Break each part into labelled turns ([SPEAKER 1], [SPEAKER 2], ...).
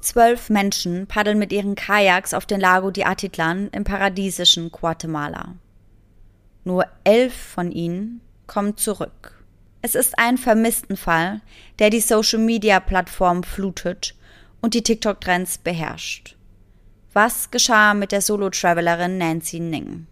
[SPEAKER 1] 12 Menschen paddeln mit ihren Kajaks auf den Lago de Atitlán im paradiesischen Guatemala. Nur 11 von ihnen kommen zurück. Es ist ein Vermisstenfall, der die Social-Media-Plattform flutet und die TikTok-Trends beherrscht. Was geschah mit der Solo-Travelerin Nancy Ning?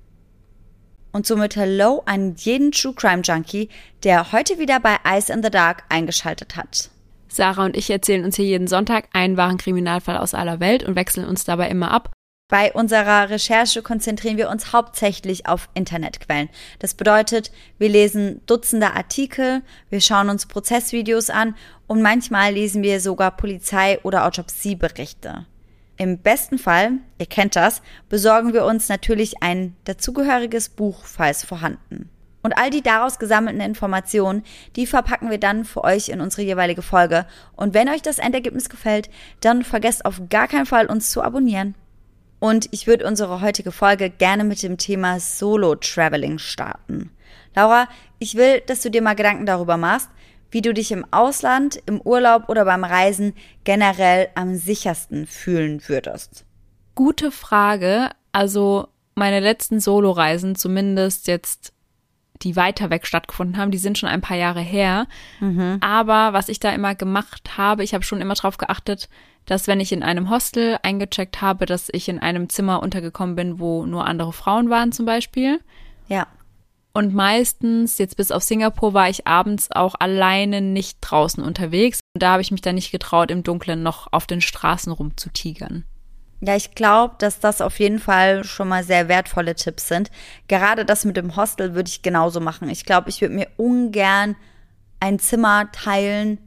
[SPEAKER 1] Und somit Hello an jeden True-Crime-Junkie, der heute wieder bei Eyes in the Dark eingeschaltet hat.
[SPEAKER 2] Sarah und ich erzählen uns hier jeden Sonntag einen wahren Kriminalfall aus aller Welt und wechseln uns dabei immer ab.
[SPEAKER 1] Bei unserer Recherche konzentrieren wir uns hauptsächlich auf Internetquellen. Das bedeutet, wir lesen Dutzende Artikel, wir schauen uns Prozessvideos an und manchmal lesen wir sogar Polizei- oder Autopsieberichte. Im besten Fall, ihr kennt das, besorgen wir uns natürlich ein dazugehöriges Buch, falls vorhanden. Und all die daraus gesammelten Informationen, die verpacken wir dann für euch in unsere jeweilige Folge. Und wenn euch das Endergebnis gefällt, dann vergesst auf gar keinen Fall, uns zu abonnieren. Und ich würde unsere heutige Folge gerne mit dem Thema Solo-Traveling starten. Laura, ich will, dass du dir mal Gedanken darüber machst, wie du dich im Ausland, im Urlaub oder beim Reisen generell am sichersten fühlen würdest.
[SPEAKER 2] Gute Frage. Also meine letzten Solo-Reisen, zumindest jetzt die weiter weg stattgefunden haben, die sind schon ein paar Jahre her. Aber was ich da immer gemacht habe, ich habe schon immer drauf geachtet, dass wenn ich in einem Hostel eingecheckt habe, dass ich in einem Zimmer untergekommen bin, wo nur andere Frauen waren zum Beispiel.
[SPEAKER 1] Ja.
[SPEAKER 2] Und meistens, jetzt bis auf Singapur, war ich abends auch alleine nicht draußen unterwegs. Und da habe ich mich dann nicht getraut, im Dunkeln noch auf den Straßen rumzutigern.
[SPEAKER 1] Ja, ich glaube, dass das auf jeden Fall schon mal sehr wertvolle Tipps sind. Gerade das mit dem Hostel würde ich genauso machen. Ich glaube, ich würde mir ungern ein Zimmer teilen,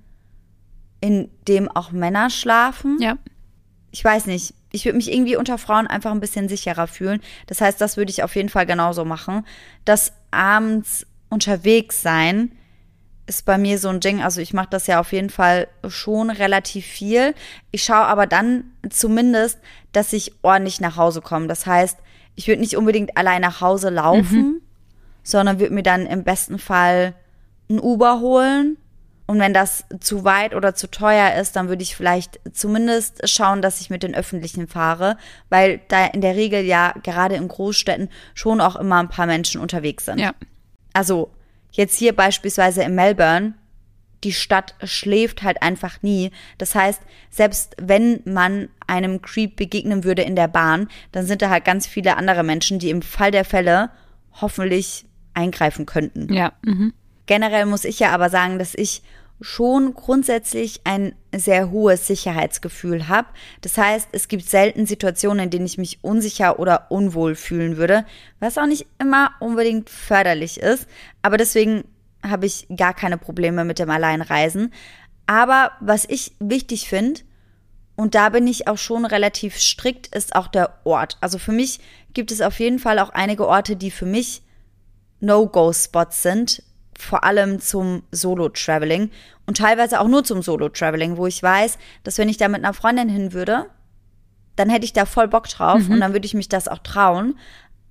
[SPEAKER 1] in dem auch Männer schlafen.
[SPEAKER 2] Ja.
[SPEAKER 1] Ich weiß nicht. Ich würde mich irgendwie unter Frauen einfach ein bisschen sicherer fühlen. Das heißt, das würde ich auf jeden Fall genauso machen. Das abends unterwegs sein ist bei mir so ein Ding. Also ich mache das ja auf jeden Fall schon relativ viel. Ich schaue aber dann zumindest, dass ich ordentlich nach Hause komme. Das heißt, ich würde nicht unbedingt allein nach Hause laufen, sondern würde mir dann im besten Fall ein Uber holen. Und wenn das zu weit oder zu teuer ist, dann würde ich vielleicht zumindest schauen, dass ich mit den Öffentlichen fahre, weil da in der Regel ja gerade in Großstädten schon auch immer ein paar Menschen unterwegs sind.
[SPEAKER 2] Ja.
[SPEAKER 1] Also jetzt hier beispielsweise in Melbourne, die Stadt schläft halt einfach nie. Das heißt, selbst wenn man einem Creep begegnen würde in der Bahn, dann sind da halt ganz viele andere Menschen, die im Fall der Fälle hoffentlich eingreifen könnten.
[SPEAKER 2] Ja.
[SPEAKER 1] Generell muss ich ja aber sagen, dass ich schon grundsätzlich ein sehr hohes Sicherheitsgefühl habe. Das heißt, es gibt selten Situationen, in denen ich mich unsicher oder unwohl fühlen würde, was auch nicht immer unbedingt förderlich ist. Aber deswegen habe ich gar keine Probleme mit dem Alleinreisen. Aber was ich wichtig finde, und da bin ich auch schon relativ strikt, ist auch der Ort. Also für mich gibt es auf jeden Fall auch einige Orte, die für mich No-Go-Spots sind, vor allem zum Solo-Traveling und teilweise auch nur zum Solo-Traveling, wo ich weiß, dass wenn ich da mit einer Freundin hin würde, dann hätte ich da voll Bock drauf und dann würde ich mich das auch trauen.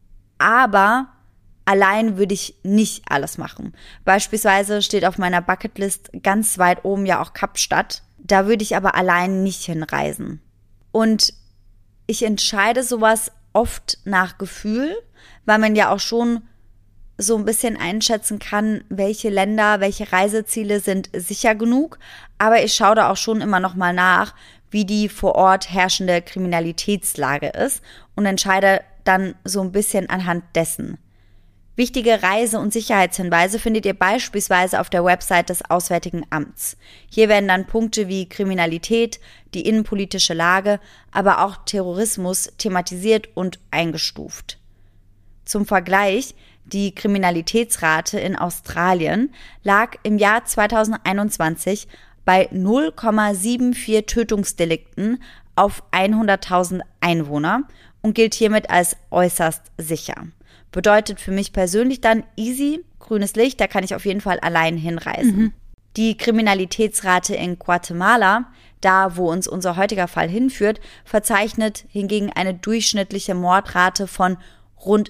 [SPEAKER 1] Aber allein würde ich nicht alles machen. Beispielsweise steht auf meiner Bucketlist ganz weit oben ja auch Kapstadt. Da würde ich aber allein nicht hinreisen. Und ich entscheide sowas oft nach Gefühl, weil man ja auch schon so ein bisschen einschätzen kann, welche Länder, welche Reiseziele sind sicher genug. Aber ich schaue da auch schon immer noch mal nach, wie die vor Ort herrschende Kriminalitätslage ist und entscheide dann so ein bisschen anhand dessen. Wichtige Reise- und Sicherheitshinweise findet ihr beispielsweise auf der Website des Auswärtigen Amts. Hier werden dann Punkte wie Kriminalität, die innenpolitische Lage, aber auch Terrorismus thematisiert und eingestuft. Zum Vergleich: Die Kriminalitätsrate in Australien lag im Jahr 2021 bei 0,74 Tötungsdelikten auf 100.000 Einwohner und gilt hiermit als äußerst sicher. Bedeutet für mich persönlich dann easy, grünes Licht, da kann ich auf jeden Fall allein hinreisen. Die Kriminalitätsrate in Guatemala, da wo uns unser heutiger Fall hinführt, verzeichnet hingegen eine durchschnittliche Mordrate von rund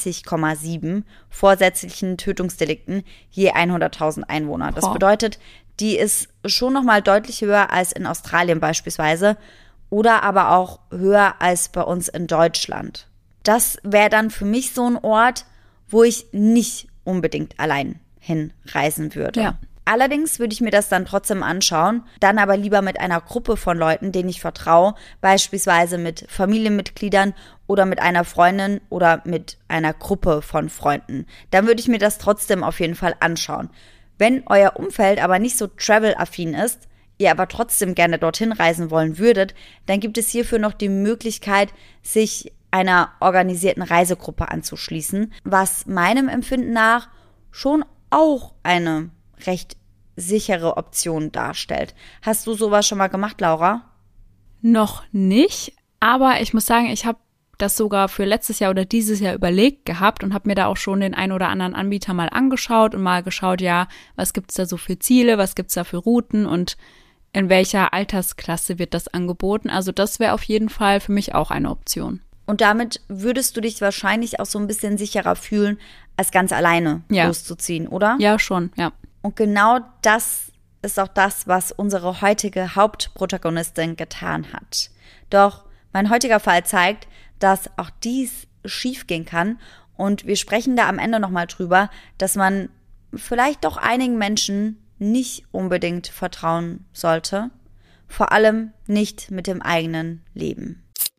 [SPEAKER 1] 25,7 vorsätzlichen Tötungsdelikten je 100.000 Einwohner. Das bedeutet, Die ist schon nochmal deutlich höher als in Australien beispielsweise oder aber auch höher als bei uns in Deutschland. Das wäre dann für mich so ein Ort, wo ich nicht unbedingt allein hinreisen würde.
[SPEAKER 2] Ja.
[SPEAKER 1] Allerdings würde ich mir das dann trotzdem anschauen, dann aber lieber mit einer Gruppe von Leuten, denen ich vertraue, beispielsweise mit Familienmitgliedern oder mit einer Freundin oder mit einer Gruppe von Freunden. Dann würde ich mir das trotzdem auf jeden Fall anschauen. Wenn euer Umfeld aber nicht so travel-affin ist, ihr aber trotzdem gerne dorthin reisen wollen würdet, dann gibt es hierfür noch die Möglichkeit, sich einer organisierten Reisegruppe anzuschließen, was meinem Empfinden nach schon auch eine recht sichere Option darstellt. Hast du sowas schon mal gemacht, Laura?
[SPEAKER 2] Noch nicht, aber ich muss sagen, ich habe das sogar für letztes Jahr oder dieses Jahr überlegt gehabt und habe mir da auch schon den ein oder anderen Anbieter mal angeschaut und mal geschaut, ja, was gibt's da so für Ziele, was gibt's da für Routen und in welcher Altersklasse wird das angeboten. Also das wäre auf jeden Fall für mich auch eine Option.
[SPEAKER 1] Und damit würdest du dich wahrscheinlich auch so ein bisschen sicherer fühlen, als ganz alleine loszuziehen, oder?
[SPEAKER 2] Ja, schon, ja.
[SPEAKER 1] Und genau das ist auch das, was unsere heutige Hauptprotagonistin getan hat. Doch mein heutiger Fall zeigt, dass auch dies schiefgehen kann. Und wir sprechen da am Ende nochmal drüber, dass man vielleicht doch einigen Menschen nicht unbedingt vertrauen sollte. Vor allem nicht mit dem eigenen Leben.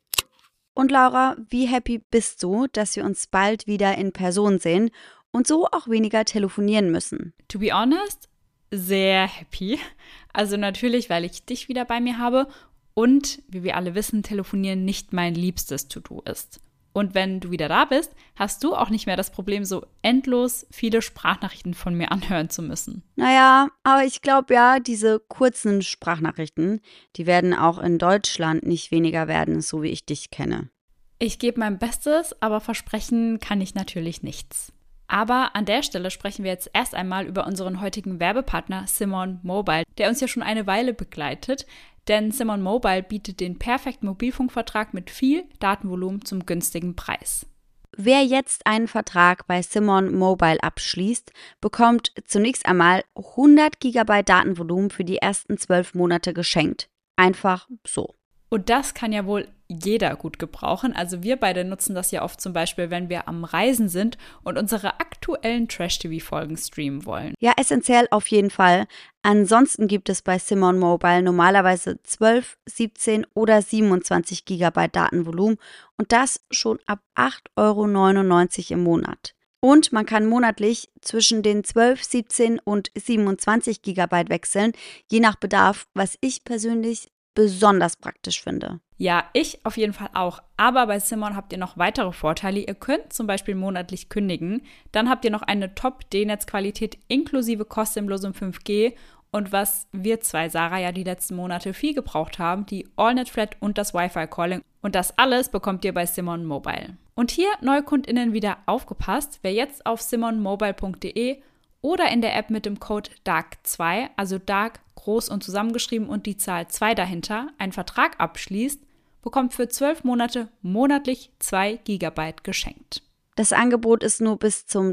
[SPEAKER 1] Und Laura, wie happy bist du, dass wir uns bald wieder in Person sehen und so auch weniger telefonieren müssen?
[SPEAKER 2] To be honest, sehr happy. Also natürlich, weil ich dich wieder bei mir habe und, wie wir alle wissen, telefonieren nicht mein liebstes To-Do ist. Und wenn du wieder da bist, hast du auch nicht mehr das Problem, so endlos viele Sprachnachrichten von mir anhören zu müssen.
[SPEAKER 1] Naja, aber ich glaube ja, diese kurzen Sprachnachrichten, die werden auch in Deutschland nicht weniger werden, so wie ich dich kenne.
[SPEAKER 2] Ich gebe mein Bestes, aber versprechen kann ich natürlich nichts. Aber an der Stelle sprechen wir jetzt erst einmal über unseren heutigen Werbepartner Simon Mobile, der uns ja schon eine Weile begleitet. Denn Simon Mobile bietet den perfekten Mobilfunkvertrag mit viel Datenvolumen zum günstigen Preis.
[SPEAKER 1] Wer jetzt einen Vertrag bei Simon Mobile abschließt, bekommt zunächst einmal 100 GB Datenvolumen für die ersten 12 Monate geschenkt. Einfach so.
[SPEAKER 2] Und das kann ja wohl jeder gut gebrauchen. Also wir beide nutzen das ja oft zum Beispiel, wenn wir am Reisen sind und unsere aktuellen Trash-TV-Folgen streamen wollen.
[SPEAKER 1] Ja, essentiell auf jeden Fall. Ansonsten gibt es bei Simon Mobile normalerweise 12, 17 oder 27 GB Datenvolumen und das schon ab 8,99 € im Monat. Und man kann monatlich zwischen den 12, 17 und 27 GB wechseln, je nach Bedarf, was ich persönlich besonders praktisch finde.
[SPEAKER 2] Ja, ich auf jeden Fall auch. Aber bei Simon habt ihr noch weitere Vorteile. Ihr könnt zum Beispiel monatlich kündigen. Dann habt ihr noch eine Top-D-Netzqualität inklusive kostenlosem 5G. Und was wir zwei, Sarah, ja die letzten Monate viel gebraucht haben, die AllNet-Flat und das Wi-Fi-Calling. Und das alles bekommt ihr bei Simon Mobile. Und hier, NeukundInnen, wieder aufgepasst. Wer jetzt auf simonmobile.de oder in der App mit dem Code DARK2, also DARK groß und zusammengeschrieben und die Zahl 2 dahinter, einen Vertrag abschließt, bekommt für 12 Monate monatlich 2 GB geschenkt.
[SPEAKER 1] Das Angebot ist nur bis zum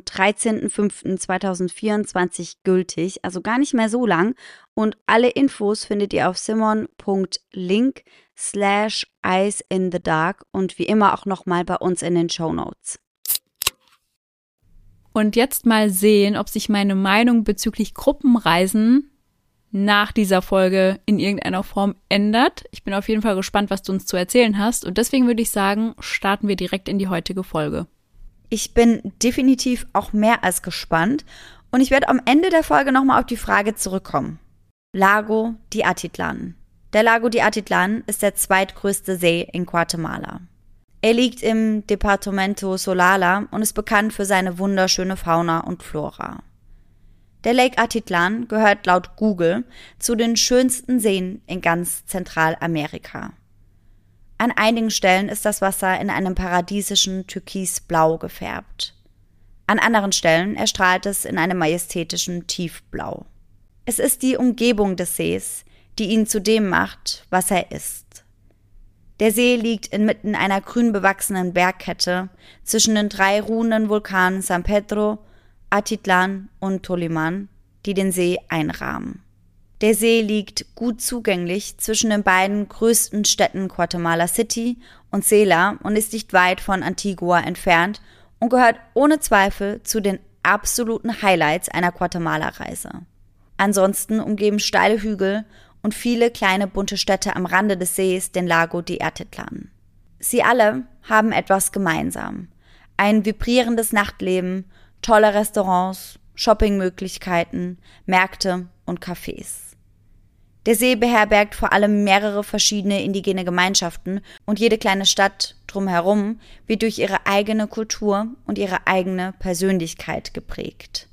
[SPEAKER 1] 13.05.2024 gültig, also gar nicht mehr so lang. Und alle Infos findet ihr auf simon.link/eyes-in-the-dark und wie immer auch nochmal bei uns in den Shownotes.
[SPEAKER 2] Und jetzt mal sehen, ob sich meine Meinung bezüglich Gruppenreisen nach dieser Folge in irgendeiner Form ändert. Ich bin auf jeden Fall gespannt, was du uns zu erzählen hast. Und deswegen würde ich sagen, starten wir direkt in die heutige Folge.
[SPEAKER 1] Ich bin definitiv auch mehr als gespannt. Und ich werde am Ende der Folge nochmal auf die Frage zurückkommen. Lago de Atitlan. Der Lago de Atitlan ist der zweitgrößte See in Guatemala. Er liegt im Departamento Solala und ist bekannt für seine wunderschöne Fauna und Flora. Der Lake Atitlan gehört laut Google zu den schönsten Seen in ganz Zentralamerika. An einigen Stellen ist das Wasser in einem paradiesischen Türkisblau gefärbt. An anderen Stellen erstrahlt es in einem majestätischen Tiefblau. Es ist die Umgebung des Sees, die ihn zu dem macht, was er ist. Der See liegt inmitten einer grün bewachsenen Bergkette zwischen den 3 ruhenden Vulkanen San Pedro, Atitlan und Toliman, die den See einrahmen. Der See liegt gut zugänglich zwischen den beiden größten Städten Guatemala City und Xela und ist nicht weit von Antigua entfernt und gehört ohne Zweifel zu den absoluten Highlights einer Guatemala-Reise. Ansonsten umgeben steile Hügel und viele kleine bunte Städte am Rande des Sees den Lago de Atitlán. Sie alle haben etwas gemeinsam: ein vibrierendes Nachtleben, tolle Restaurants, Shoppingmöglichkeiten, Märkte und Cafés. Der See beherbergt vor allem mehrere verschiedene indigene Gemeinschaften und jede kleine Stadt drumherum wird durch ihre eigene Kultur und ihre eigene Persönlichkeit geprägt.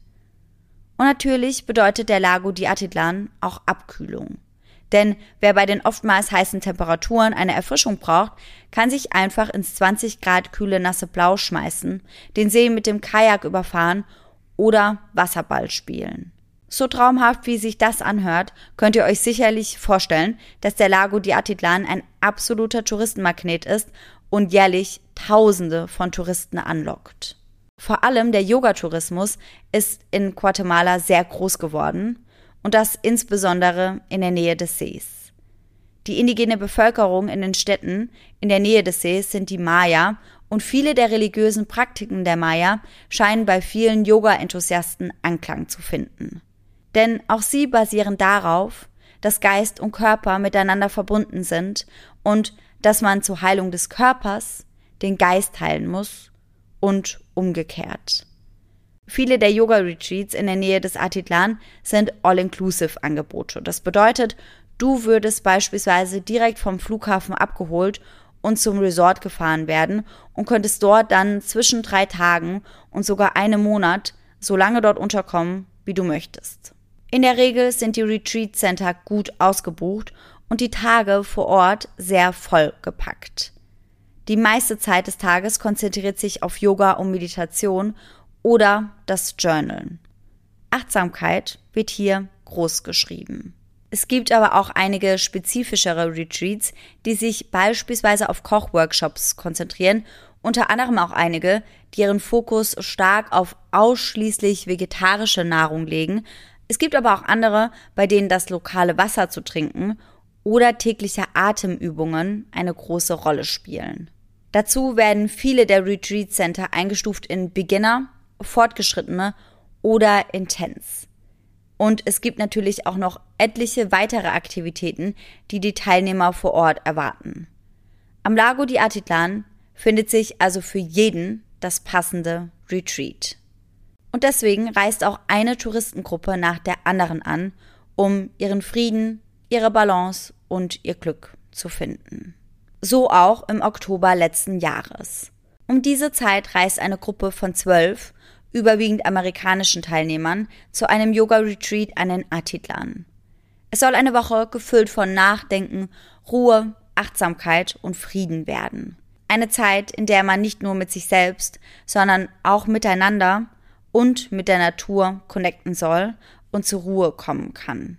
[SPEAKER 1] Und natürlich bedeutet der Lago de Atitlán auch Abkühlung. Denn wer bei den oftmals heißen Temperaturen eine Erfrischung braucht, kann sich einfach ins 20 Grad kühle nasse Blau schmeißen, den See mit dem Kajak überfahren oder Wasserball spielen. So traumhaft, wie sich das anhört, könnt ihr euch sicherlich vorstellen, dass der Lago de Atitlán ein absoluter Touristenmagnet ist und jährlich Tausende von Touristen anlockt. Vor allem der Yogatourismus ist in Guatemala sehr groß geworden und das insbesondere in der Nähe des Sees. Die indigene Bevölkerung in den Städten in der Nähe des Sees sind die Maya und viele der religiösen Praktiken der Maya scheinen bei vielen Yoga-Enthusiasten Anklang zu finden. Denn auch sie basieren darauf, dass Geist und Körper miteinander verbunden sind und dass man zur Heilung des Körpers den Geist heilen muss und umgekehrt. Viele der Yoga-Retreats in der Nähe des Atitlán sind All-Inclusive-Angebote. Das bedeutet, du würdest beispielsweise direkt vom Flughafen abgeholt und zum Resort gefahren werden und könntest dort dann zwischen 3 Tagen und sogar einem Monat so lange dort unterkommen, wie du möchtest. In der Regel sind die Retreat-Center gut ausgebucht und die Tage vor Ort sehr vollgepackt. Die meiste Zeit des Tages konzentriert sich auf Yoga und Meditation oder das Journalen. Achtsamkeit wird hier groß geschrieben. Es gibt aber auch einige spezifischere Retreats, die sich beispielsweise auf Kochworkshops konzentrieren, unter anderem auch einige, die ihren Fokus stark auf ausschließlich vegetarische Nahrung legen. Es gibt aber auch andere, bei denen das lokale Wasser zu trinken oder tägliche Atemübungen eine große Rolle spielen. Dazu werden viele der Retreat Center eingestuft in Beginner, Fortgeschrittene oder Intense. Und es gibt natürlich auch noch etliche weitere Aktivitäten, die die Teilnehmer vor Ort erwarten. Am Lago de Atitlán findet sich also für jeden das passende Retreat. Und deswegen reist auch eine Touristengruppe nach der anderen an, um ihren Frieden, ihre Balance und ihr Glück zu finden. So auch im Oktober letzten Jahres. Um diese Zeit reist eine Gruppe von 12, überwiegend amerikanischen Teilnehmern, zu einem Yoga-Retreat an den Atitlán. Es soll eine Woche gefüllt von Nachdenken, Ruhe, Achtsamkeit und Frieden werden. Eine Zeit, in der man nicht nur mit sich selbst, sondern auch miteinander und mit der Natur connecten soll und zur Ruhe kommen kann.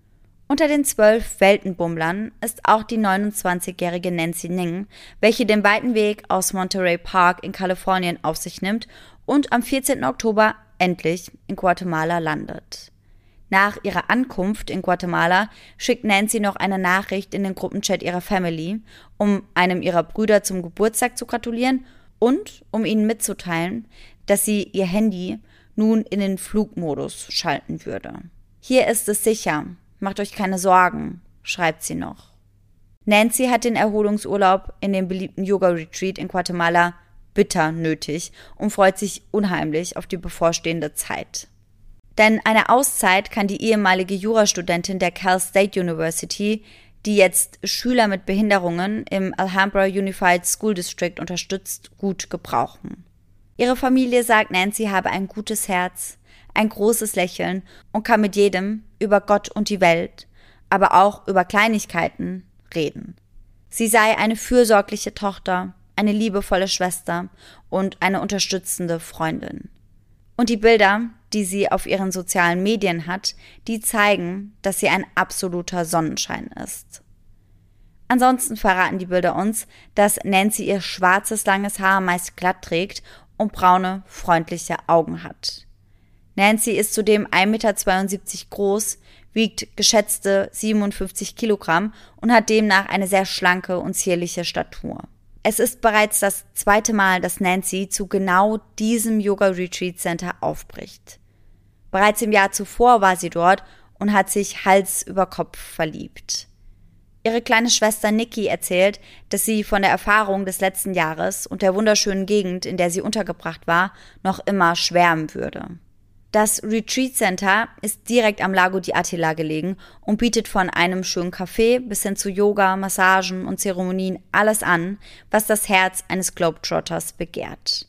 [SPEAKER 1] Unter den 12 Weltenbummlern ist auch die 29-jährige Nancy Ning, welche den weiten Weg aus Monterey Park in Kalifornien auf sich nimmt und am 14. Oktober endlich in Guatemala landet. Nach ihrer Ankunft in Guatemala schickt Nancy noch eine Nachricht in den Gruppenchat ihrer Family, um einem ihrer Brüder zum Geburtstag zu gratulieren und um ihnen mitzuteilen, dass sie ihr Handy nun in den Flugmodus schalten würde. Hier ist es sicher, macht euch keine Sorgen, schreibt sie noch. Nancy hat den Erholungsurlaub in dem beliebten Yoga-Retreat in Guatemala bitter nötig und freut sich unheimlich auf die bevorstehende Zeit. Denn eine Auszeit kann die ehemalige Jurastudentin der Cal State University, die jetzt Schüler mit Behinderungen im Alhambra Unified School District unterstützt, gut gebrauchen. Ihre Familie sagt, Nancy habe ein gutes Herz, ein großes Lächeln und kann mit jedem über Gott und die Welt, aber auch über Kleinigkeiten reden. Sie sei eine fürsorgliche Tochter, eine liebevolle Schwester und eine unterstützende Freundin. Und die Bilder, die sie auf ihren sozialen Medien hat, die zeigen, dass sie ein absoluter Sonnenschein ist. Ansonsten verraten die Bilder uns, dass Nancy ihr schwarzes, langes Haar meist glatt trägt und braune, freundliche Augen hat. Nancy ist zudem 1,72 Meter groß, wiegt geschätzte 57 Kilogramm und hat demnach eine sehr schlanke und zierliche Statur. Es ist bereits das zweite Mal, dass Nancy zu genau diesem Yoga-Retreat-Center aufbricht. Bereits im Jahr zuvor war sie dort und hat sich Hals über Kopf verliebt. Ihre kleine Schwester Nikki erzählt, dass sie von der Erfahrung des letzten Jahres und der wunderschönen Gegend, in der sie untergebracht war, noch immer schwärmen würde. Das Retreat Center ist direkt am Lago di Attila gelegen und bietet von einem schönen Café bis hin zu Yoga, Massagen und Zeremonien alles an, was das Herz eines Globetrotters begehrt.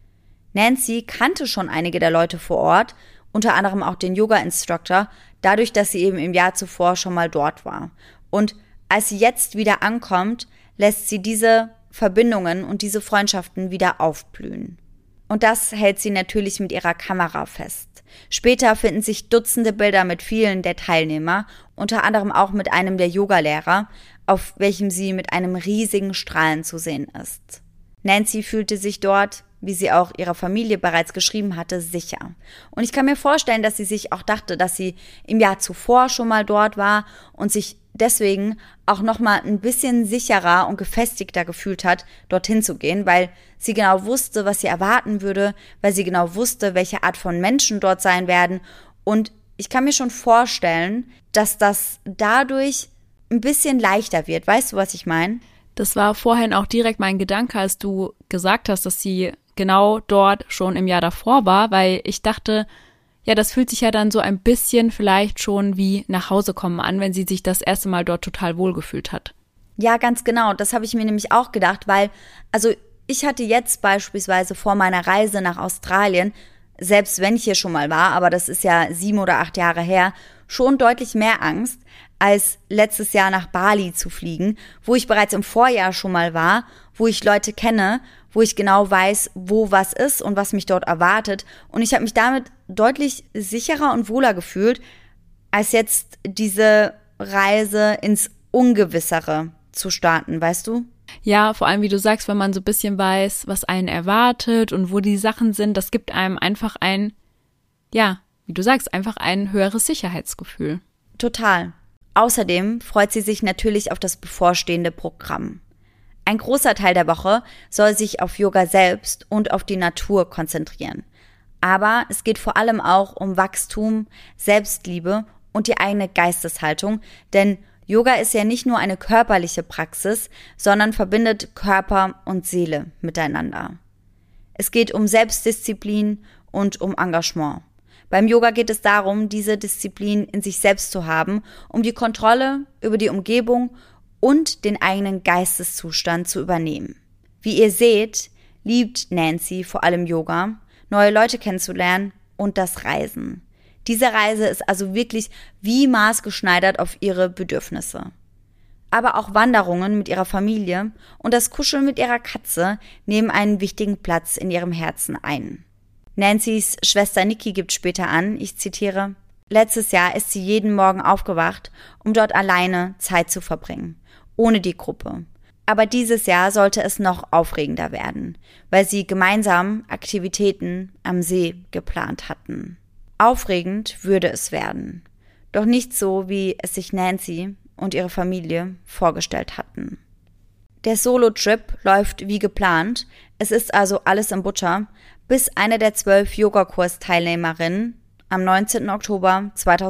[SPEAKER 1] Nancy kannte schon einige der Leute vor Ort, unter anderem auch den Yoga-Instructor, dadurch, dass sie eben im Jahr zuvor schon mal dort war. Und als sie jetzt wieder ankommt, lässt sie diese Verbindungen und diese Freundschaften wieder aufblühen. Und das hält sie natürlich mit ihrer Kamera fest. Später finden sich Dutzende Bilder mit vielen der Teilnehmer, unter anderem auch mit einem der Yogalehrer, auf welchem sie mit einem riesigen Strahlen zu sehen ist. Nancy fühlte sich dort, wie sie auch ihrer Familie bereits geschrieben hatte, sicher. Und ich kann mir vorstellen, dass sie sich auch dachte, dass sie im Jahr zuvor schon mal dort war und sich deswegen auch nochmal ein bisschen sicherer und gefestigter gefühlt hat, dorthin zu gehen, weil sie genau wusste, was sie erwarten würde, weil sie genau wusste, welche Art von Menschen dort sein werden. Und ich kann mir schon vorstellen, dass das dadurch ein bisschen leichter wird. Weißt du, was ich meine?
[SPEAKER 2] Das war vorhin auch direkt mein Gedanke, als du gesagt hast, dass sie genau dort schon im Jahr davor war, weil ich dachte, ja, das fühlt sich ja dann so ein bisschen vielleicht schon wie nach Hause kommen an, wenn sie sich das erste Mal dort total wohlgefühlt hat.
[SPEAKER 1] Ja, ganz genau. Das habe ich mir nämlich auch gedacht, weil, also ich hatte jetzt beispielsweise vor meiner Reise nach Australien, selbst wenn ich hier schon mal war, aber das ist ja 7 oder 8 Jahre her, schon deutlich mehr Angst, als letztes Jahr nach Bali zu fliegen, wo ich bereits im Vorjahr schon mal war, wo ich Leute kenne, wo ich genau weiß, wo was ist und was mich dort erwartet. Und ich habe mich damit deutlich sicherer und wohler gefühlt, als jetzt diese Reise ins Ungewissere zu starten, weißt du?
[SPEAKER 2] Ja, vor allem, wie du sagst, wenn man so ein bisschen weiß, was einen erwartet und wo die Sachen sind, das gibt einem einfach ein, ja, wie du sagst, einfach ein höheres Sicherheitsgefühl.
[SPEAKER 1] Total. Außerdem freut sie sich natürlich auf das bevorstehende Programm. Ein großer Teil der Woche soll sich auf Yoga selbst und auf die Natur konzentrieren. Aber es geht vor allem auch um Wachstum, Selbstliebe und die eigene Geisteshaltung, denn Yoga ist ja nicht nur eine körperliche Praxis, sondern verbindet Körper und Seele miteinander. Es geht um Selbstdisziplin und um Engagement. Beim Yoga geht es darum, diese Disziplin in sich selbst zu haben, um die Kontrolle über die Umgebung und den eigenen Geisteszustand zu übernehmen. Wie ihr seht, liebt Nancy vor allem Yoga, neue Leute kennenzulernen und das Reisen. Diese Reise ist also wirklich wie maßgeschneidert auf ihre Bedürfnisse. Aber auch Wanderungen mit ihrer Familie und das Kuscheln mit ihrer Katze nehmen einen wichtigen Platz in ihrem Herzen ein. Nancy's Schwester Nikki gibt später an, ich zitiere, letztes Jahr ist sie jeden Morgen aufgewacht, um dort alleine Zeit zu verbringen, ohne die Gruppe. Aber dieses Jahr sollte es noch aufregender werden, weil sie gemeinsam Aktivitäten am See geplant hatten. Aufregend würde es werden, doch nicht so, wie es sich Nancy und ihre Familie vorgestellt hatten. Der Solo-Trip läuft wie geplant, es ist also alles im Butter, bis eine der 12 Yogakurs-Teilnehmerinnen am 19. Oktober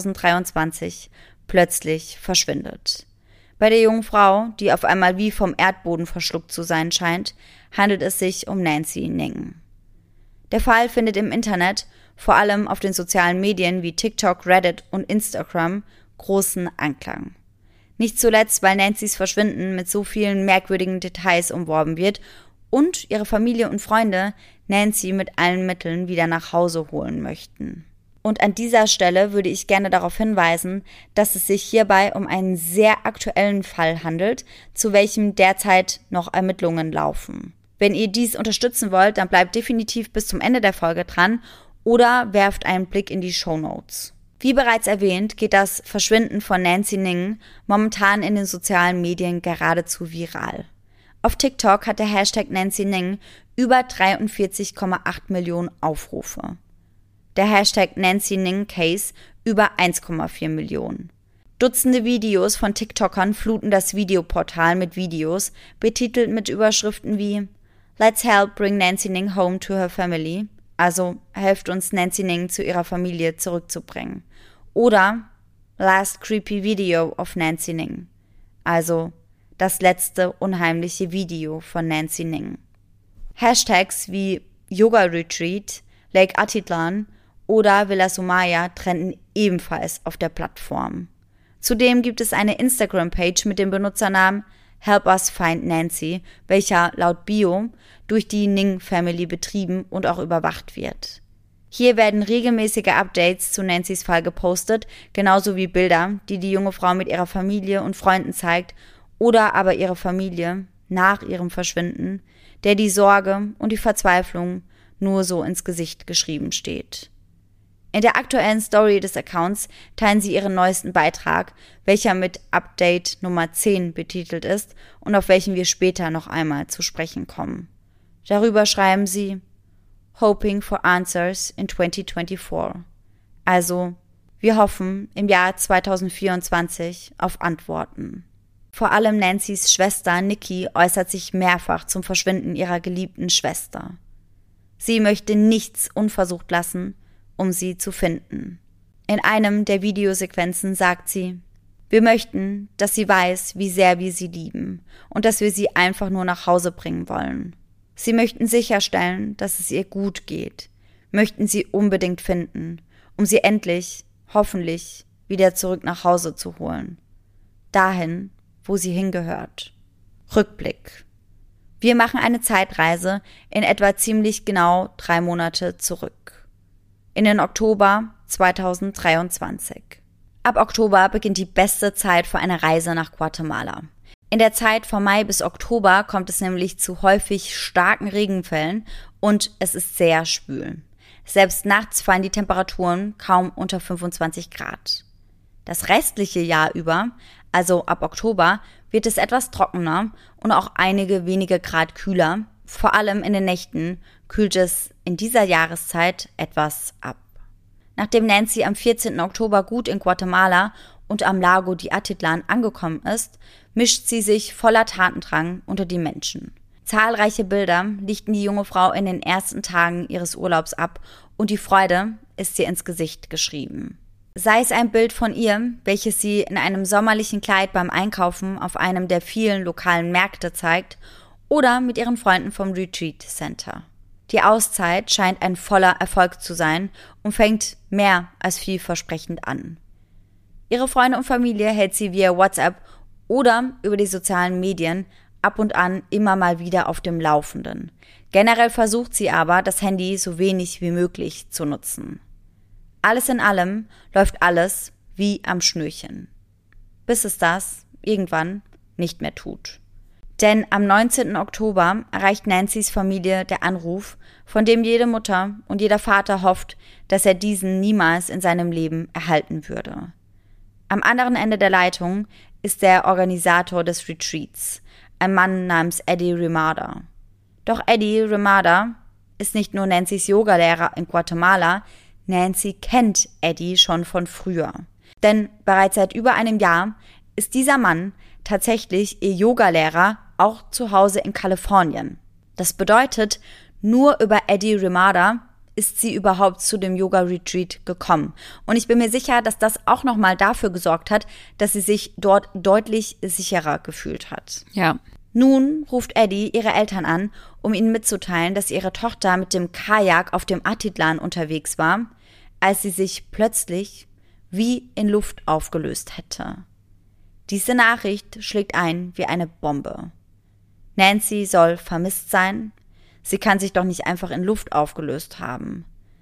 [SPEAKER 1] 2023 plötzlich verschwindet. Bei der jungen Frau, die auf einmal wie vom Erdboden verschluckt zu sein scheint, handelt es sich um Nancy Ning. Der Fall findet im Internet, vor allem auf den sozialen Medien wie TikTok, Reddit und Instagram, großen Anklang. Nicht zuletzt, weil Nancy's Verschwinden mit so vielen merkwürdigen Details umworben wird und ihre Familie und Freunde Nancy mit allen Mitteln wieder nach Hause holen möchten. Und an dieser Stelle würde ich gerne darauf hinweisen, dass es sich hierbei um einen sehr aktuellen Fall handelt, zu welchem derzeit noch Ermittlungen laufen. Wenn ihr dies unterstützen wollt, dann bleibt definitiv bis zum Ende der Folge dran oder werft einen Blick in die Shownotes. Wie bereits erwähnt, geht das Verschwinden von Nancy Ning momentan in den sozialen Medien geradezu viral. Auf TikTok hat der Hashtag Nancy Ning über 43,8 Millionen Aufrufe. Der Hashtag Nancy Ning Case über 1,4 Millionen. Dutzende Videos von TikTokern fluten das Videoportal mit Videos, betitelt mit Überschriften wie Let's help bring Nancy Ning home to her family, also helft uns Nancy Ning zu ihrer Familie zurückzubringen. Oder Last creepy video of Nancy Ning, also das letzte unheimliche Video von Nancy Ning. Hashtags wie Yoga Retreat, Lake Atitlan oder Villa Sumaya trenden ebenfalls auf der Plattform. Zudem gibt es eine Instagram-Page mit dem Benutzernamen Help Us Find Nancy, welcher laut Bio durch die Ning Family betrieben und auch überwacht wird. Hier werden regelmäßige Updates zu Nancys Fall gepostet, genauso wie Bilder, die die junge Frau mit ihrer Familie und Freunden zeigt oder aber ihre Familie nach ihrem Verschwinden, der die Sorge und die Verzweiflung nur so ins Gesicht geschrieben steht. In der aktuellen Story des Accounts teilen sie ihren neuesten Beitrag, welcher mit Update Nummer 10 betitelt ist und auf welchen wir später noch einmal zu sprechen kommen. Darüber schreiben sie Hoping for answers in 2024. Also, wir hoffen im Jahr 2024 auf Antworten. Vor allem Nancys Schwester Nikki äußert sich mehrfach zum Verschwinden ihrer geliebten Schwester. Sie möchte nichts unversucht lassen, um sie zu finden. In einem der Videosequenzen sagt sie, wir möchten, dass sie weiß, wie sehr wir sie lieben und dass wir sie einfach nur nach Hause bringen wollen. Sie möchten sicherstellen, dass es ihr gut geht, möchten sie unbedingt finden, um sie endlich, hoffentlich, wieder zurück nach Hause zu holen. Dahin, wo sie hingehört. Rückblick. Wir machen eine Zeitreise in etwa ziemlich genau 3 Monate zurück. In den Oktober 2023. Ab Oktober beginnt die beste Zeit für eine Reise nach Guatemala. In der Zeit von Mai bis Oktober kommt es nämlich zu häufig starken Regenfällen und es ist sehr schwül. Selbst nachts fallen die Temperaturen kaum unter 25 Grad. Das restliche Jahr über, also ab Oktober, wird es etwas trockener und auch einige wenige Grad kühler. Vor allem in den Nächten kühlt es in dieser Jahreszeit etwas ab. Nachdem Nancy am 14. Oktober gut in Guatemala und am Lago de Atitlan angekommen ist, mischt sie sich voller Tatendrang unter die Menschen. Zahlreiche Bilder lichten die junge Frau in den ersten Tagen ihres Urlaubs ab und die Freude ist ihr ins Gesicht geschrieben. Sei es ein Bild von ihr, welches sie in einem sommerlichen Kleid beim Einkaufen auf einem der vielen lokalen Märkte zeigt, oder mit ihren Freunden vom Retreat Center. Die Auszeit scheint ein voller Erfolg zu sein und fängt mehr als vielversprechend an. Ihre Freunde und Familie hält sie via WhatsApp oder über die sozialen Medien ab und an immer mal wieder auf dem Laufenden. Generell versucht sie aber, das Handy so wenig wie möglich zu nutzen. Alles in allem läuft alles wie am Schnürchen. Bis es das irgendwann nicht mehr tut. Denn am 19. Oktober erreicht Nancys Familie der Anruf, von dem jede Mutter und jeder Vater hofft, dass er diesen niemals in seinem Leben erhalten würde. Am anderen Ende der Leitung ist der Organisator des Retreats, ein Mann namens Eddie Ramada. Doch Eddie Ramada ist nicht nur Nancys Yogalehrer in Guatemala, Nancy kennt Eddie schon von früher. Denn bereits seit über einem Jahr ist dieser Mann tatsächlich ihr Yogalehrer auch zu Hause in Kalifornien. Das bedeutet, nur über Eddie Ramada ist sie überhaupt zu dem Yoga-Retreat gekommen. Und ich bin mir sicher, dass das auch nochmal dafür gesorgt hat, dass sie sich dort deutlich sicherer gefühlt hat.
[SPEAKER 2] Ja.
[SPEAKER 1] Nun ruft Eddie ihre Eltern an, um ihnen mitzuteilen, dass ihre Tochter mit dem Kajak auf dem Atitlan unterwegs war, als sie sich plötzlich wie in Luft aufgelöst hätte. Diese Nachricht schlägt ein wie eine Bombe. Nancy soll vermisst sein. Sie kann sich doch nicht einfach in Luft aufgelöst haben.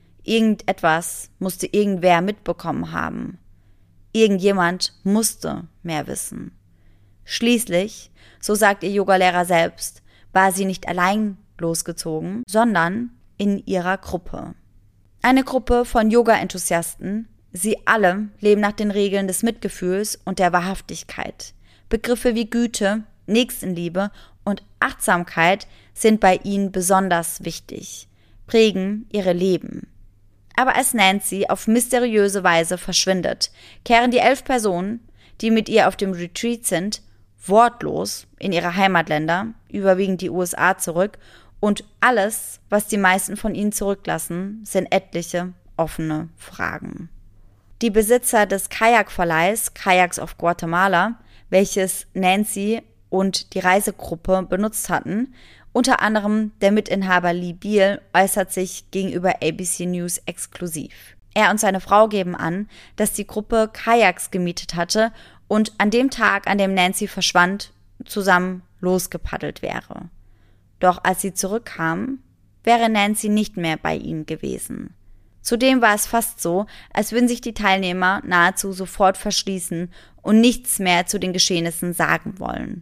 [SPEAKER 1] Irgendetwas musste irgendwer mitbekommen haben. Irgendjemand musste mehr wissen. Schließlich, so sagt ihr Yogalehrer selbst, war sie nicht allein losgezogen, sondern in ihrer Gruppe. Eine Gruppe von Yoga-Enthusiasten. Sie alle leben nach den Regeln des Mitgefühls und der Wahrhaftigkeit. Begriffe wie Güte, Nächstenliebe und Achtsamkeit sind bei ihnen besonders wichtig, prägen ihre Leben. Aber als Nancy auf mysteriöse Weise verschwindet, kehren die 11 Personen, die mit ihr auf dem Retreat sind, wortlos in ihre Heimatländer, überwiegend die USA, zurück und alles, was die meisten von ihnen zurücklassen, sind etliche offene Fragen. Die Besitzer des Kajakverleihs Kayaks of Guatemala, welches Nancy und die Reisegruppe benutzt hatten, unter anderem der Mitinhaber Lee Beal, äußert sich gegenüber ABC News exklusiv. Er und seine Frau geben an, dass die Gruppe Kajaks gemietet hatte und an dem Tag, an dem Nancy verschwand, zusammen losgepaddelt wäre. Doch als sie zurückkamen, wäre Nancy nicht mehr bei ihnen gewesen. Zudem war es fast so, als würden sich die Teilnehmer nahezu sofort verschließen und nichts mehr zu den Geschehnissen sagen wollen.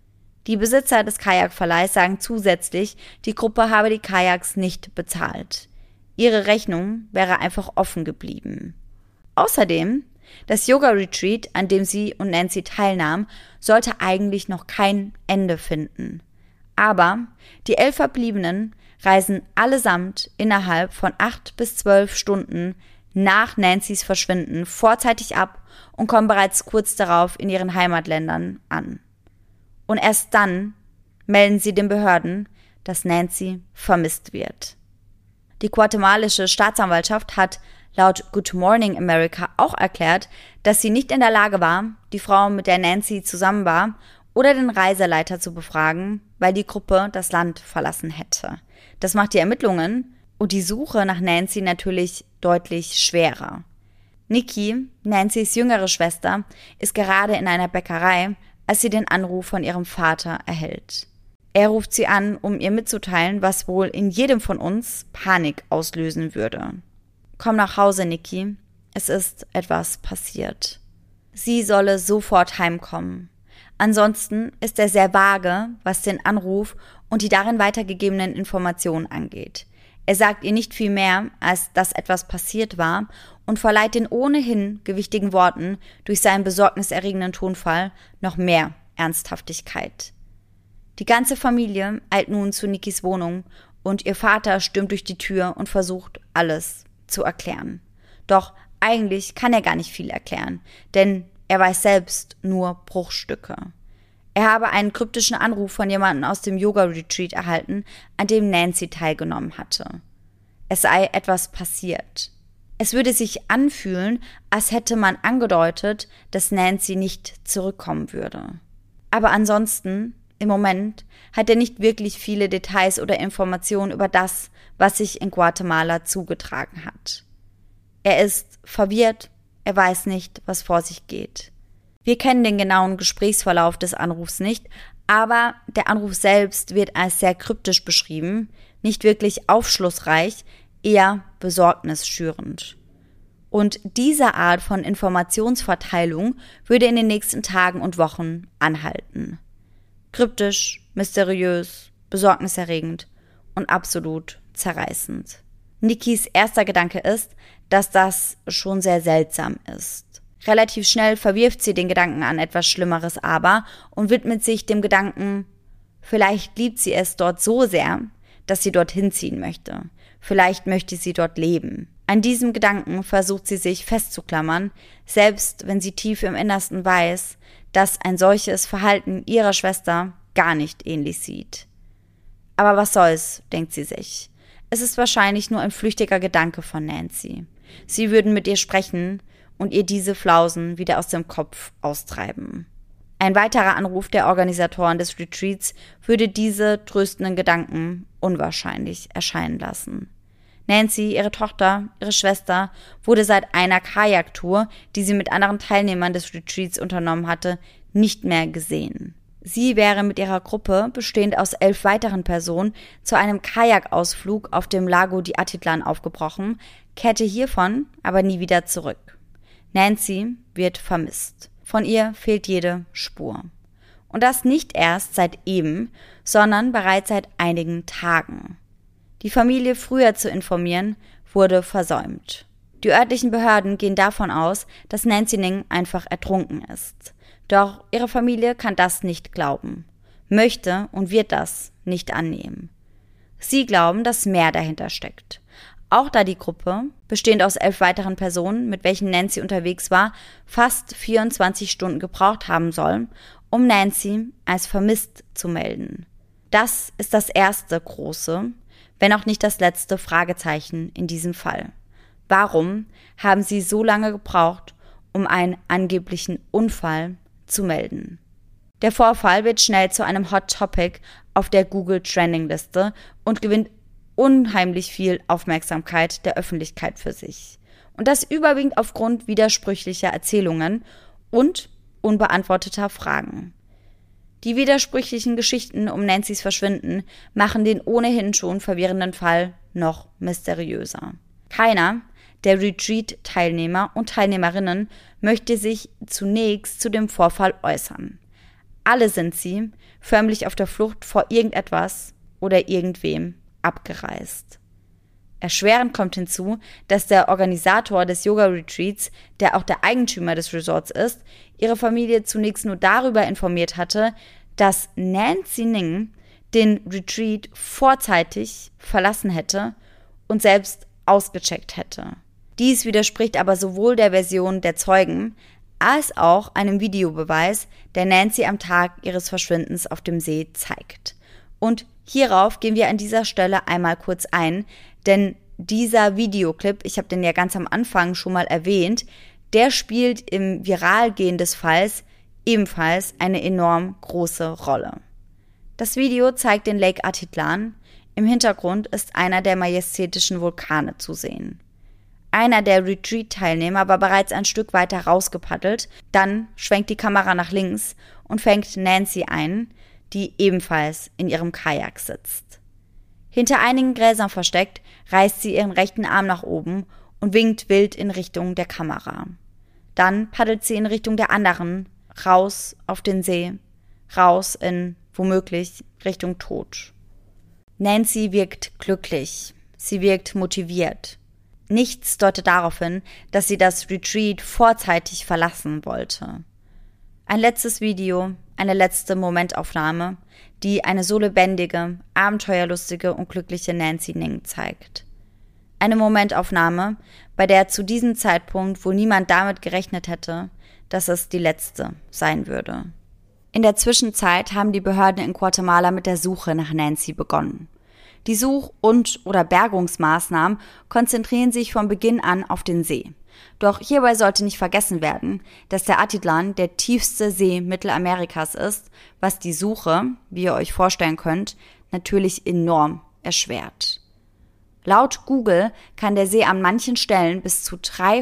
[SPEAKER 1] Die Besitzer des Kajakverleihs sagen zusätzlich, die Gruppe habe die Kajaks nicht bezahlt. Ihre Rechnung wäre einfach offen geblieben. Außerdem, das Yoga-Retreat, an dem sie und Nancy teilnahmen, sollte eigentlich noch kein Ende finden. Aber die 11 Verbliebenen reisen allesamt innerhalb von 8 bis 12 Stunden nach Nancy's Verschwinden vorzeitig ab und kommen bereits kurz darauf in ihren Heimatländern an. Und erst dann melden sie den Behörden, dass Nancy vermisst wird. Die guatemalische Staatsanwaltschaft hat laut Good Morning America auch erklärt, dass sie nicht in der Lage war, die Frau, mit der Nancy zusammen war, oder den Reiseleiter zu befragen, weil die Gruppe das Land verlassen hätte. Das macht die Ermittlungen und die Suche nach Nancy natürlich deutlich schwerer. Nikki, Nancy's jüngere Schwester, ist gerade in einer Bäckerei, als sie den Anruf von ihrem Vater erhält. Er ruft sie an, um ihr mitzuteilen, was wohl in jedem von uns Panik auslösen würde. Komm nach Hause, Nikki. Es ist etwas passiert. Sie solle sofort heimkommen. Ansonsten ist er sehr vage, was den Anruf und die darin weitergegebenen Informationen angeht. Er sagt ihr nicht viel mehr, als dass etwas passiert war und verleiht den ohnehin gewichtigen Worten durch seinen besorgniserregenden Tonfall noch mehr Ernsthaftigkeit. Die ganze Familie eilt nun zu Nikkis Wohnung und ihr Vater stürmt durch die Tür und versucht, alles zu erklären. Doch eigentlich kann er gar nicht viel erklären, denn er weiß selbst nur Bruchstücke. Er habe einen kryptischen Anruf von jemandem aus dem Yoga-Retreat erhalten, an dem Nancy teilgenommen hatte. Es sei etwas passiert. Es würde sich anfühlen, als hätte man angedeutet, dass Nancy nicht zurückkommen würde. Aber ansonsten, im Moment, hat er nicht wirklich viele Details oder Informationen über das, was sich in Guatemala zugetragen hat. Er ist verwirrt, er weiß nicht, was vor sich geht. Wir kennen den genauen Gesprächsverlauf des Anrufs nicht, aber der Anruf selbst wird als sehr kryptisch beschrieben, nicht wirklich aufschlussreich, eher besorgnisschürend. Und diese Art von Informationsverteilung würde in den nächsten Tagen und Wochen anhalten. Kryptisch, mysteriös, besorgniserregend und absolut zerreißend. Nikkis erster Gedanke ist, dass das schon sehr seltsam ist. Relativ schnell verwirft sie den Gedanken an etwas Schlimmeres aber und widmet sich dem Gedanken, vielleicht liebt sie es dort so sehr, dass sie dorthin ziehen möchte. Vielleicht möchte sie dort leben. An diesem Gedanken versucht sie sich festzuklammern, selbst wenn sie tief im Innersten weiß, dass ein solches Verhalten ihrer Schwester gar nicht ähnlich sieht. Aber was soll's, denkt sie sich. Es ist wahrscheinlich nur ein flüchtiger Gedanke von Nancy. Sie würden mit ihr sprechen und ihr diese Flausen wieder aus dem Kopf austreiben. Ein weiterer Anruf der Organisatoren des Retreats würde diese tröstenden Gedanken unwahrscheinlich erscheinen lassen. Nancy, ihre Tochter, ihre Schwester, wurde seit einer Kajaktour, die sie mit anderen Teilnehmern des Retreats unternommen hatte, nicht mehr gesehen. Sie wäre mit ihrer Gruppe, bestehend aus 11 weiteren Personen, zu einem Kajakausflug auf dem Lago di Atitlan aufgebrochen, kehrte hiervon aber nie wieder zurück. Nancy wird vermisst. Von ihr fehlt jede Spur. Und das nicht erst seit eben, sondern bereits seit einigen Tagen. Die Familie früher zu informieren, wurde versäumt. Die örtlichen Behörden gehen davon aus, dass Nancy Ning einfach ertrunken ist. Doch ihre Familie kann das nicht glauben, möchte und wird das nicht annehmen. Sie glauben, dass mehr dahinter steckt. Auch da die Gruppe, bestehend aus 11 weiteren Personen, mit welchen Nancy unterwegs war, fast 24 Stunden gebraucht haben soll, um Nancy als vermisst zu melden. Das ist das erste große, wenn auch nicht das letzte Fragezeichen in diesem Fall. Warum haben sie so lange gebraucht, um einen angeblichen Unfall zu melden? Der Vorfall wird schnell zu einem Hot Topic auf der Google Trending Liste und gewinnt unheimlich viel Aufmerksamkeit der Öffentlichkeit für sich. Und das überwiegend aufgrund widersprüchlicher Erzählungen und unbeantworteter Fragen. Die widersprüchlichen Geschichten um Nancy's Verschwinden machen den ohnehin schon verwirrenden Fall noch mysteriöser. Keiner der Retreat-Teilnehmer und Teilnehmerinnen möchte sich zunächst zu dem Vorfall äußern. Alle sind sie förmlich auf der Flucht vor irgendetwas oder irgendwem abgereist. Erschwerend kommt hinzu, dass der Organisator des Yoga-Retreats, der auch der Eigentümer des Resorts ist, ihre Familie zunächst nur darüber informiert hatte, dass Nancy Ning den Retreat vorzeitig verlassen hätte und selbst ausgecheckt hätte. Dies widerspricht aber sowohl der Version der Zeugen als auch einem Videobeweis, der Nancy am Tag ihres Verschwindens auf dem See zeigt. Und hierauf gehen wir an dieser Stelle einmal kurz ein, denn dieser Videoclip, ich habe den ja ganz am Anfang schon mal erwähnt, der spielt im Viralgehen des Falls ebenfalls eine enorm große Rolle. Das Video zeigt den Lake Atitlan. Im Hintergrund ist einer der majestätischen Vulkane zu sehen. Einer der Retreat-Teilnehmer war bereits ein Stück weiter rausgepaddelt, dann schwenkt die Kamera nach links und fängt Nancy ein, die ebenfalls in ihrem Kajak sitzt. Hinter einigen Gräsern versteckt, reißt sie ihren rechten Arm nach oben und winkt wild in Richtung der Kamera. Dann paddelt sie in Richtung der anderen, raus auf den See, raus in, womöglich, Richtung Tod. Nancy wirkt glücklich, sie wirkt motiviert. Nichts deutet darauf hin, dass sie das Retreat vorzeitig verlassen wollte. Ein letztes Video, eine letzte Momentaufnahme, die eine so lebendige, abenteuerlustige und glückliche Nancy Ning zeigt. Eine Momentaufnahme, bei der zu diesem Zeitpunkt wohl niemand damit gerechnet hätte, dass es die letzte sein würde. In der Zwischenzeit haben die Behörden in Guatemala mit der Suche nach Nancy begonnen. Die Such- oder Bergungsmaßnahmen konzentrieren sich von Beginn an auf den See. Doch hierbei sollte nicht vergessen werden, dass der Atitlan der tiefste See Mittelamerikas ist, was die Suche, wie ihr euch vorstellen könnt, natürlich enorm erschwert. Laut Google kann der See an manchen Stellen bis zu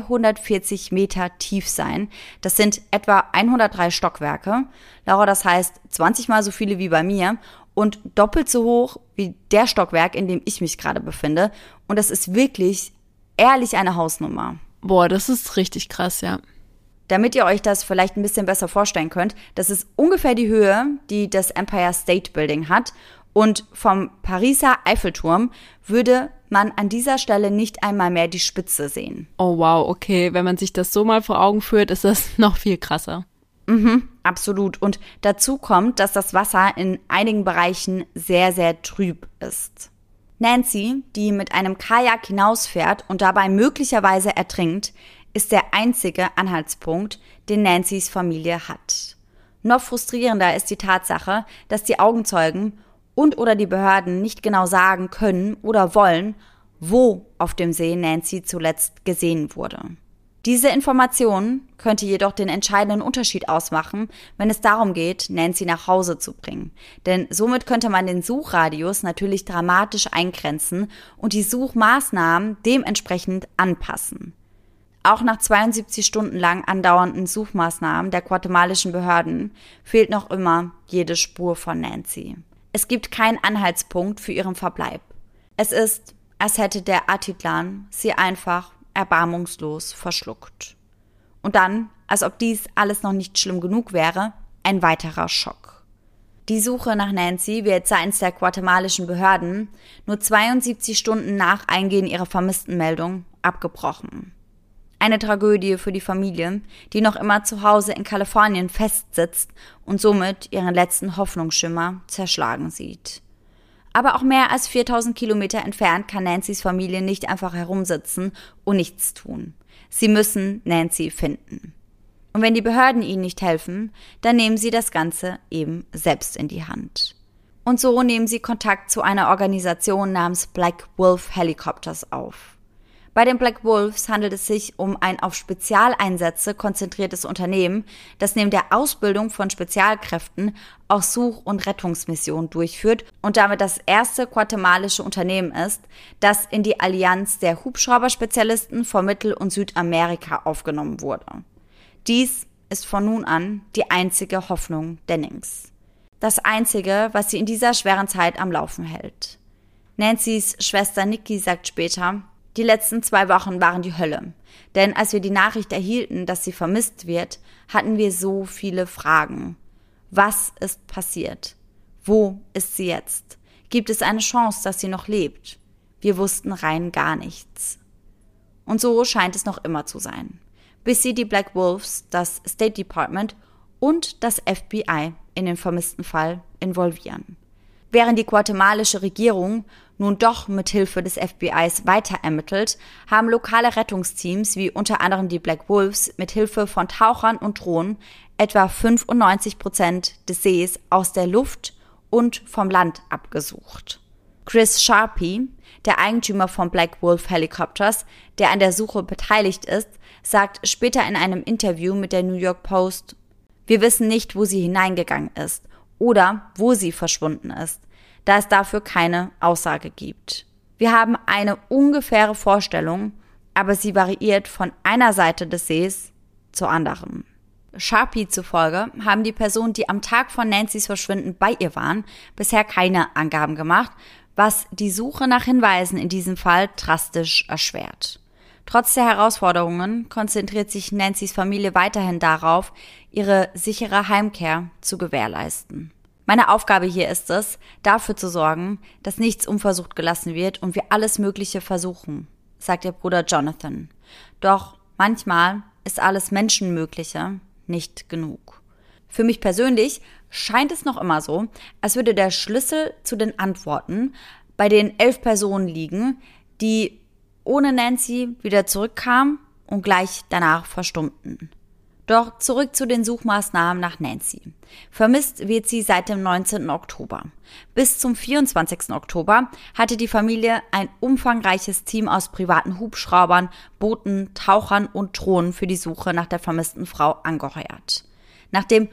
[SPEAKER 1] 340 Meter tief sein. Das sind etwa 103 Stockwerke. Laura, das heißt 20 mal so viele wie bei mir und doppelt so hoch wie der Stockwerk, in dem ich mich gerade befinde. Und das ist wirklich ehrlich eine Hausnummer.
[SPEAKER 2] Boah, das ist richtig krass, ja.
[SPEAKER 1] Damit ihr euch das vielleicht ein bisschen besser vorstellen könnt, das ist ungefähr die Höhe, die das Empire State Building hat. Und vom Pariser Eiffelturm würde man an dieser Stelle nicht einmal mehr die Spitze sehen.
[SPEAKER 2] Oh wow, okay. Wenn man sich das so mal vor Augen führt, ist das noch viel krasser.
[SPEAKER 1] Absolut. Und dazu kommt, dass das Wasser in einigen Bereichen sehr, sehr trüb ist. Nancy, die mit einem Kajak hinausfährt und dabei möglicherweise ertrinkt, ist der einzige Anhaltspunkt, den Nancy's Familie hat. Noch frustrierender ist die Tatsache, dass die Augenzeugen oder die Behörden nicht genau sagen können oder wollen, wo auf dem See Nancy zuletzt gesehen wurde. Diese Information könnte jedoch den entscheidenden Unterschied ausmachen, wenn es darum geht, Nancy nach Hause zu bringen. Denn somit könnte man den Suchradius natürlich dramatisch eingrenzen und die Suchmaßnahmen dementsprechend anpassen. Auch nach 72 Stunden lang andauernden Suchmaßnahmen der guatemalischen Behörden fehlt noch immer jede Spur von Nancy. Es gibt keinen Anhaltspunkt für ihren Verbleib. Es ist, als hätte der Atitlan sie einfach erbarmungslos verschluckt. Und dann, als ob dies alles noch nicht schlimm genug wäre, ein weiterer Schock. Die Suche nach Nancy wird seitens der guatemalischen Behörden nur 72 Stunden nach Eingehen ihrer Vermisstenmeldung abgebrochen. Eine Tragödie für die Familie, die noch immer zu Hause in Kalifornien festsitzt und somit ihren letzten Hoffnungsschimmer zerschlagen sieht. Aber auch mehr als 4000 Kilometer entfernt kann Nancys Familie nicht einfach herumsitzen und nichts tun. Sie müssen Nancy finden. Und wenn die Behörden ihnen nicht helfen, dann nehmen sie das Ganze eben selbst in die Hand. Und so nehmen sie Kontakt zu einer Organisation namens Black Wolf Helicopters auf. Bei den Black Wolves handelt es sich um ein auf Spezialeinsätze konzentriertes Unternehmen, das neben der Ausbildung von Spezialkräften auch Such- und Rettungsmissionen durchführt und damit das erste guatemalische Unternehmen ist, das in die Allianz der Hubschrauberspezialisten von Mittel- und Südamerika aufgenommen wurde. Dies ist von nun an die einzige Hoffnung Dennings. Das Einzige, was sie in dieser schweren Zeit am Laufen hält. Nancys Schwester Nikki sagt später: Die letzten 2 Wochen waren die Hölle, denn als wir die Nachricht erhielten, dass sie vermisst wird, hatten wir so viele Fragen. Was ist passiert? Wo ist sie jetzt? Gibt es eine Chance, dass sie noch lebt? Wir wussten rein gar nichts. Und so scheint es noch immer zu sein, bis sie die Black Wolves, das State Department und das FBI in den vermissten Fall involvieren. Während die guatemalische Regierung nun doch mit Hilfe des FBIs weiter ermittelt, haben lokale Rettungsteams wie unter anderem die Black Wolves mit Hilfe von Tauchern und Drohnen etwa 95% des Sees aus der Luft und vom Land abgesucht. Chris Sharpie, der Eigentümer von Black Wolf Helicopters, der an der Suche beteiligt ist, sagt später in einem Interview mit der New York Post: Wir wissen nicht, wo sie hineingegangen ist oder wo sie verschwunden ist, da es dafür keine Aussage gibt. Wir haben eine ungefähre Vorstellung, aber sie variiert von einer Seite des Sees zur anderen. Sharpie zufolge haben die Personen, die am Tag von Nancys Verschwinden bei ihr waren, bisher keine Angaben gemacht, was die Suche nach Hinweisen in diesem Fall drastisch erschwert. Trotz der Herausforderungen konzentriert sich Nancys Familie weiterhin darauf, ihre sichere Heimkehr zu gewährleisten. Meine Aufgabe hier ist es, dafür zu sorgen, dass nichts unversucht gelassen wird und wir alles Mögliche versuchen, sagt ihr Bruder Jonathan. Doch manchmal ist alles Menschenmögliche nicht genug. Für mich persönlich scheint es noch immer so, als würde der Schlüssel zu den Antworten bei den 11 Personen liegen, die ohne Nancy wieder zurückkamen und gleich danach verstummten. Doch zurück zu den Suchmaßnahmen nach Nancy. Vermisst wird sie seit dem 19. Oktober. Bis zum 24. Oktober hatte die Familie ein umfangreiches Team aus privaten Hubschraubern, Booten, Tauchern und Drohnen für die Suche nach der vermissten Frau angeheuert. Nachdem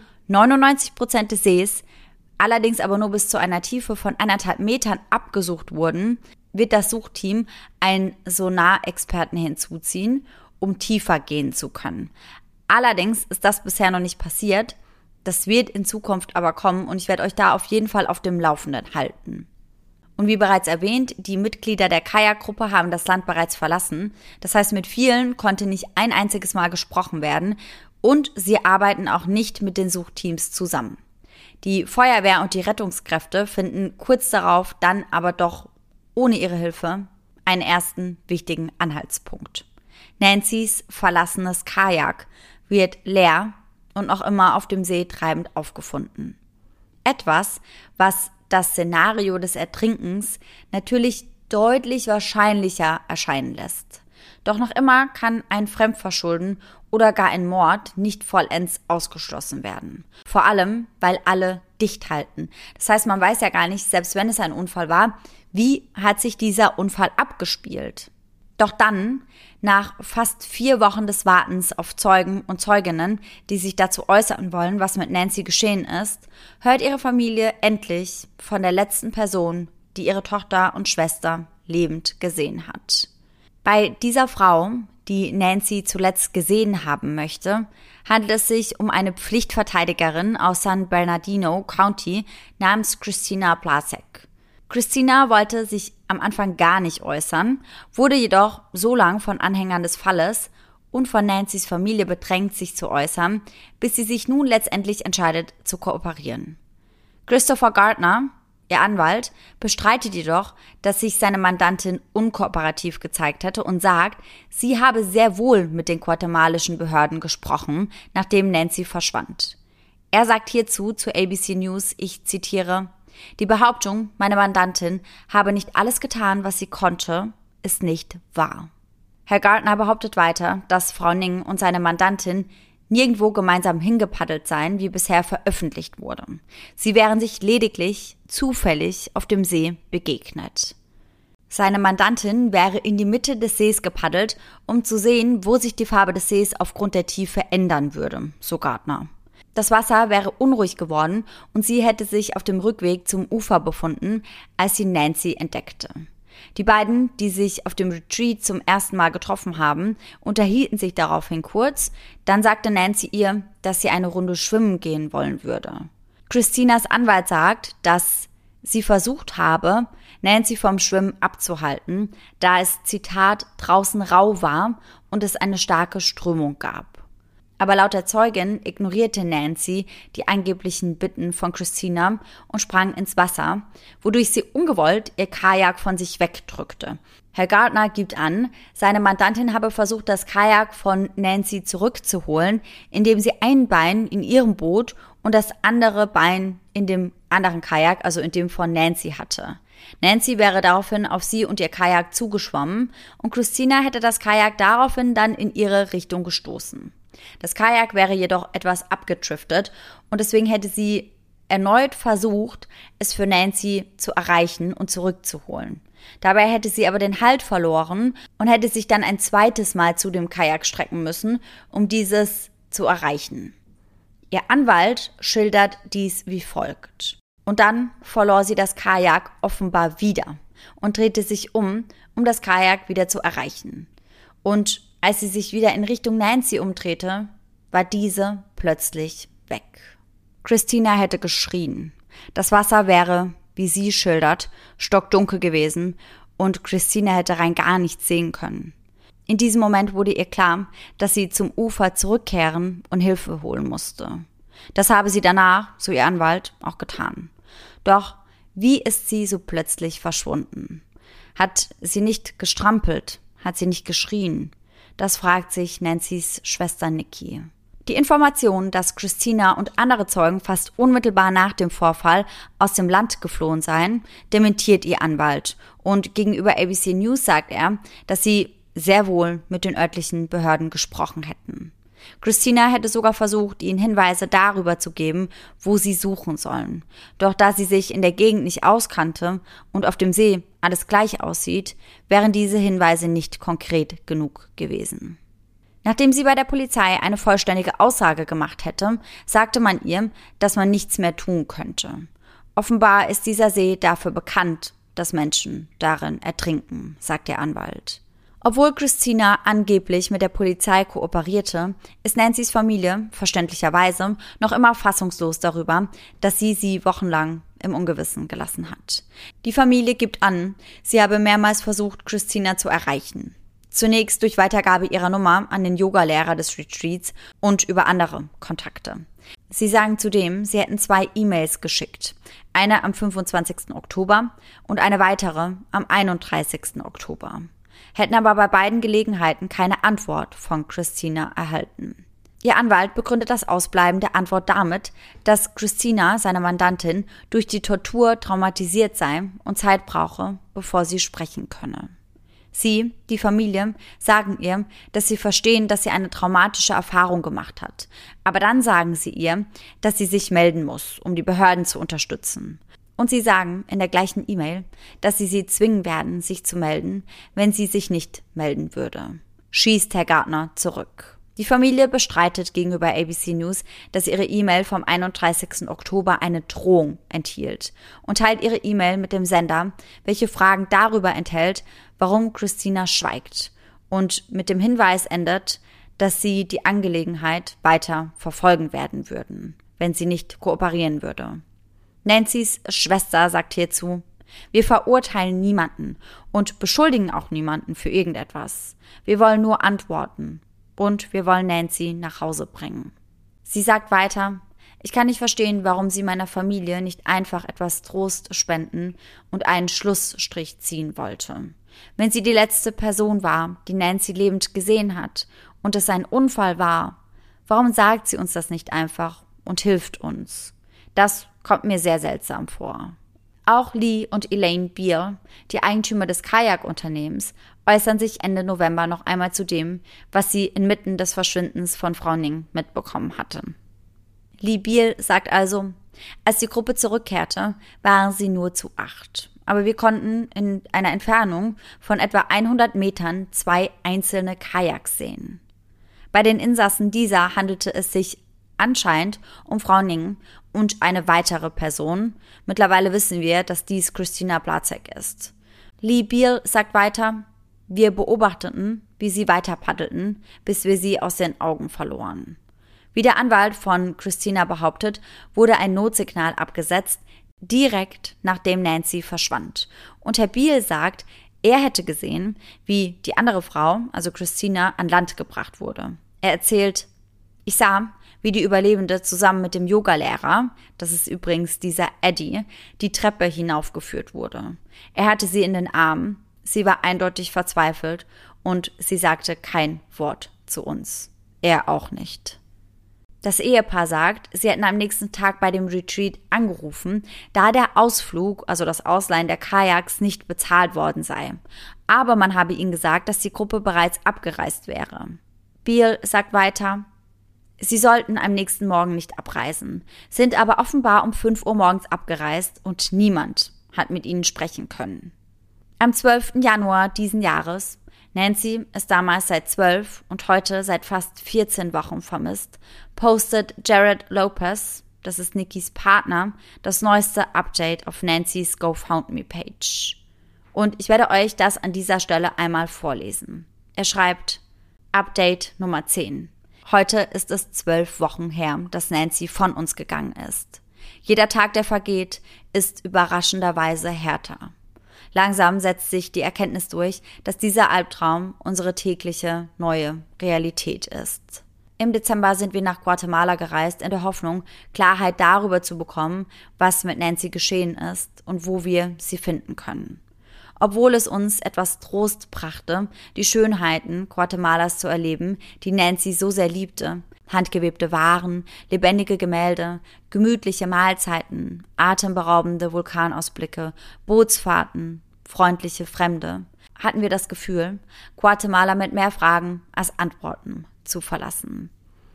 [SPEAKER 1] 99% des Sees, allerdings aber nur bis zu einer Tiefe von 1,5 Metern abgesucht wurden, wird das Suchteam einen Sonarexperten hinzuziehen, um tiefer gehen zu können. Allerdings ist das bisher noch nicht passiert. Das wird in Zukunft aber kommen und ich werde euch da auf jeden Fall auf dem Laufenden halten. Und wie bereits erwähnt, die Mitglieder der Kajakgruppe haben das Land bereits verlassen. Das heißt, mit vielen konnte nicht ein einziges Mal gesprochen werden und sie arbeiten auch nicht mit den Suchteams zusammen. Die Feuerwehr und die Rettungskräfte finden kurz darauf dann aber doch ohne ihre Hilfe einen ersten wichtigen Anhaltspunkt. Nancys verlassenes Kajak wird leer und noch immer auf dem See treibend aufgefunden. Etwas, was das Szenario des Ertrinkens natürlich deutlich wahrscheinlicher erscheinen lässt. Doch noch immer kann ein Fremdverschulden oder gar ein Mord nicht vollends ausgeschlossen werden. Vor allem, weil alle dicht halten. Das heißt, man weiß ja gar nicht, selbst wenn es ein Unfall war, wie hat sich dieser Unfall abgespielt. Doch dann, nach fast 4 Wochen des Wartens auf Zeugen und Zeuginnen, die sich dazu äußern wollen, was mit Nancy geschehen ist, hört ihre Familie endlich von der letzten Person, die ihre Tochter und Schwester lebend gesehen hat. Bei dieser Frau, die Nancy zuletzt gesehen haben möchte, handelt es sich um eine Pflichtverteidigerin aus San Bernardino County namens Christina Blasek. Christina wollte sich am Anfang gar nicht äußern, wurde jedoch so lang von Anhängern des Falles und von Nancys Familie bedrängt, sich zu äußern, bis sie sich nun letztendlich entscheidet, zu kooperieren. Christopher Gardner, ihr Anwalt, bestreitet jedoch, dass sich seine Mandantin unkooperativ gezeigt hätte und sagt, sie habe sehr wohl mit den guatemalischen Behörden gesprochen, nachdem Nancy verschwand. Er sagt hierzu zu ABC News, ich zitiere: Die Behauptung, meine Mandantin habe nicht alles getan, was sie konnte, ist nicht wahr. Herr Gardner behauptet weiter, dass Frau Ning und seine Mandantin nirgendwo gemeinsam hingepaddelt seien, wie bisher veröffentlicht wurde. Sie wären sich lediglich zufällig auf dem See begegnet. Seine Mandantin wäre in die Mitte des Sees gepaddelt, um zu sehen, wo sich die Farbe des Sees aufgrund der Tiefe ändern würde, so Gardner. Das Wasser wäre unruhig geworden und sie hätte sich auf dem Rückweg zum Ufer befunden, als sie Nancy entdeckte. Die beiden, die sich auf dem Retreat zum ersten Mal getroffen haben, unterhielten sich daraufhin kurz. Dann sagte Nancy ihr, dass sie eine Runde schwimmen gehen wollen würde. Christinas Anwalt sagt, dass sie versucht habe, Nancy vom Schwimmen abzuhalten, da es, Zitat, draußen rau war und es eine starke Strömung gab. Aber laut der Zeugin ignorierte Nancy die angeblichen Bitten von Christina und sprang ins Wasser, wodurch sie ungewollt ihr Kajak von sich wegdrückte. Herr Gardner gibt an, seine Mandantin habe versucht, das Kajak von Nancy zurückzuholen, indem sie ein Bein in ihrem Boot und das andere Bein in dem anderen Kajak, also in dem von Nancy, hatte. Nancy wäre daraufhin auf sie und ihr Kajak zugeschwommen und Christina hätte das Kajak daraufhin dann in ihre Richtung gestoßen. Das Kajak wäre jedoch etwas abgedriftet und deswegen hätte sie erneut versucht, es für Nancy zu erreichen und zurückzuholen. Dabei hätte sie aber den Halt verloren und hätte sich dann ein zweites Mal zu dem Kajak strecken müssen, um dieses zu erreichen. Ihr Anwalt schildert dies wie folgt. Und dann verlor sie das Kajak offenbar wieder und drehte sich um das Kajak wieder zu erreichen. Und als sie sich wieder in Richtung Nancy umdrehte, war diese plötzlich weg. Christina hätte geschrien. Das Wasser wäre, wie sie schildert, stockdunkel gewesen und Christina hätte rein gar nichts sehen können. In diesem Moment wurde ihr klar, dass sie zum Ufer zurückkehren und Hilfe holen musste. Das habe sie danach, so ihr Anwalt, auch getan. Doch wie ist sie so plötzlich verschwunden? Hat sie nicht gestrampelt? Hat sie nicht geschrien? Das fragt sich Nancy's Schwester Nikki. Die Information, dass Christina und andere Zeugen fast unmittelbar nach dem Vorfall aus dem Land geflohen seien, dementiert ihr Anwalt. Und gegenüber ABC News sagt er, dass sie sehr wohl mit den örtlichen Behörden gesprochen hätten. Christina hätte sogar versucht, ihnen Hinweise darüber zu geben, wo sie suchen sollen. Doch da sie sich in der Gegend nicht auskannte und auf dem See alles gleich aussieht, wären diese Hinweise nicht konkret genug gewesen. Nachdem sie bei der Polizei eine vollständige Aussage gemacht hätte, sagte man ihr, dass man nichts mehr tun könnte. Offenbar ist dieser See dafür bekannt, dass Menschen darin ertrinken, sagt der Anwalt. Obwohl Christina angeblich mit der Polizei kooperierte, ist Nancy's Familie verständlicherweise noch immer fassungslos darüber, dass sie wochenlang im Ungewissen gelassen hat. Die Familie gibt an, sie habe mehrmals versucht, Christina zu erreichen. Zunächst durch Weitergabe ihrer Nummer an den Yogalehrer des Retreats und über andere Kontakte. Sie sagen zudem, sie hätten 2 E-Mails geschickt. Eine am 25. Oktober und eine weitere am 31. Oktober. Hätten aber bei beiden Gelegenheiten keine Antwort von Christina erhalten. Ihr Anwalt begründet das Ausbleiben der Antwort damit, dass Christina, seine Mandantin, durch die Tortur traumatisiert sei und Zeit brauche, bevor sie sprechen könne. Sie, die Familie, sagen ihr, dass sie verstehen, dass sie eine traumatische Erfahrung gemacht hat. Aber dann sagen sie ihr, dass sie sich melden muss, um die Behörden zu unterstützen. Und sie sagen in der gleichen E-Mail, dass sie zwingen werden, sich zu melden, wenn sie sich nicht melden würde. Schießt Herr Gardner zurück. Die Familie bestreitet gegenüber ABC News, dass ihre E-Mail vom 31. Oktober eine Drohung enthielt und teilt ihre E-Mail mit dem Sender, welche Fragen darüber enthält, warum Christina schweigt und mit dem Hinweis endet, dass sie die Angelegenheit weiter verfolgen werden würden, wenn sie nicht kooperieren würde. Nancy's Schwester sagt hierzu: Wir verurteilen niemanden und beschuldigen auch niemanden für irgendetwas. Wir wollen nur antworten und wir wollen Nancy nach Hause bringen. Sie sagt weiter: Ich kann nicht verstehen, warum sie meiner Familie nicht einfach etwas Trost spenden und einen Schlussstrich ziehen wollte. Wenn sie die letzte Person war, die Nancy lebend gesehen hat und es ein Unfall war, warum sagt sie uns das nicht einfach und hilft uns? Das kommt mir sehr seltsam vor. Auch Lee und Elaine Beale, die Eigentümer des Kajakunternehmens, äußern sich Ende November noch einmal zu dem, was sie inmitten des Verschwindens von Frau Ning mitbekommen hatten. Lee Beale sagt also, als die Gruppe zurückkehrte, waren sie nur zu 8. Aber wir konnten in einer Entfernung von etwa 100 Metern 2 einzelne Kajaks sehen. Bei den Insassen dieser handelte es sich anscheinend um Frau Ning und eine weitere Person. Mittlerweile wissen wir, dass dies Christina Blazek ist. Lee Beale sagt weiter, wir beobachteten, wie sie weiter paddelten, bis wir sie aus den Augen verloren. Wie der Anwalt von Christina behauptet, wurde ein Notsignal abgesetzt, direkt nachdem Nancy verschwand. Und Herr Beale sagt, er hätte gesehen, wie die andere Frau, also Christina, an Land gebracht wurde. Er erzählt, ich sah, wie die Überlebende zusammen mit dem Yogalehrer, das ist übrigens dieser Eddie, die Treppe hinaufgeführt wurde. Er hatte sie in den Armen, sie war eindeutig verzweifelt und sie sagte kein Wort zu uns. Er auch nicht. Das Ehepaar sagt, sie hätten am nächsten Tag bei dem Retreat angerufen, da der Ausflug, also das Ausleihen der Kajaks, nicht bezahlt worden sei. Aber man habe ihnen gesagt, dass die Gruppe bereits abgereist wäre. Beale sagt weiter, sie sollten am nächsten Morgen nicht abreisen, sind aber offenbar um 5 Uhr morgens abgereist und niemand hat mit ihnen sprechen können. Am 12. Januar diesen Jahres, Nancy ist damals seit 12 und heute seit fast 14 Wochen vermisst, postet Jared Lopez, das ist Nickys Partner, das neueste Update auf Nancys GoFundMe-Page. Und ich werde euch das an dieser Stelle einmal vorlesen. Er schreibt, Update Nummer 10. Heute ist es 12 Wochen her, dass Nancy von uns gegangen ist. Jeder Tag, der vergeht, ist überraschenderweise härter. Langsam setzt sich die Erkenntnis durch, dass dieser Albtraum unsere tägliche neue Realität ist. Im Dezember sind wir nach Guatemala gereist, in der Hoffnung, Klarheit darüber zu bekommen, was mit Nancy geschehen ist und wo wir sie finden können. Obwohl es uns etwas Trost brachte, die Schönheiten Guatemalas zu erleben, die Nancy so sehr liebte, handgewebte Waren, lebendige Gemälde, gemütliche Mahlzeiten, atemberaubende Vulkanausblicke, Bootsfahrten, freundliche Fremde, hatten wir das Gefühl, Guatemala mit mehr Fragen als Antworten zu verlassen.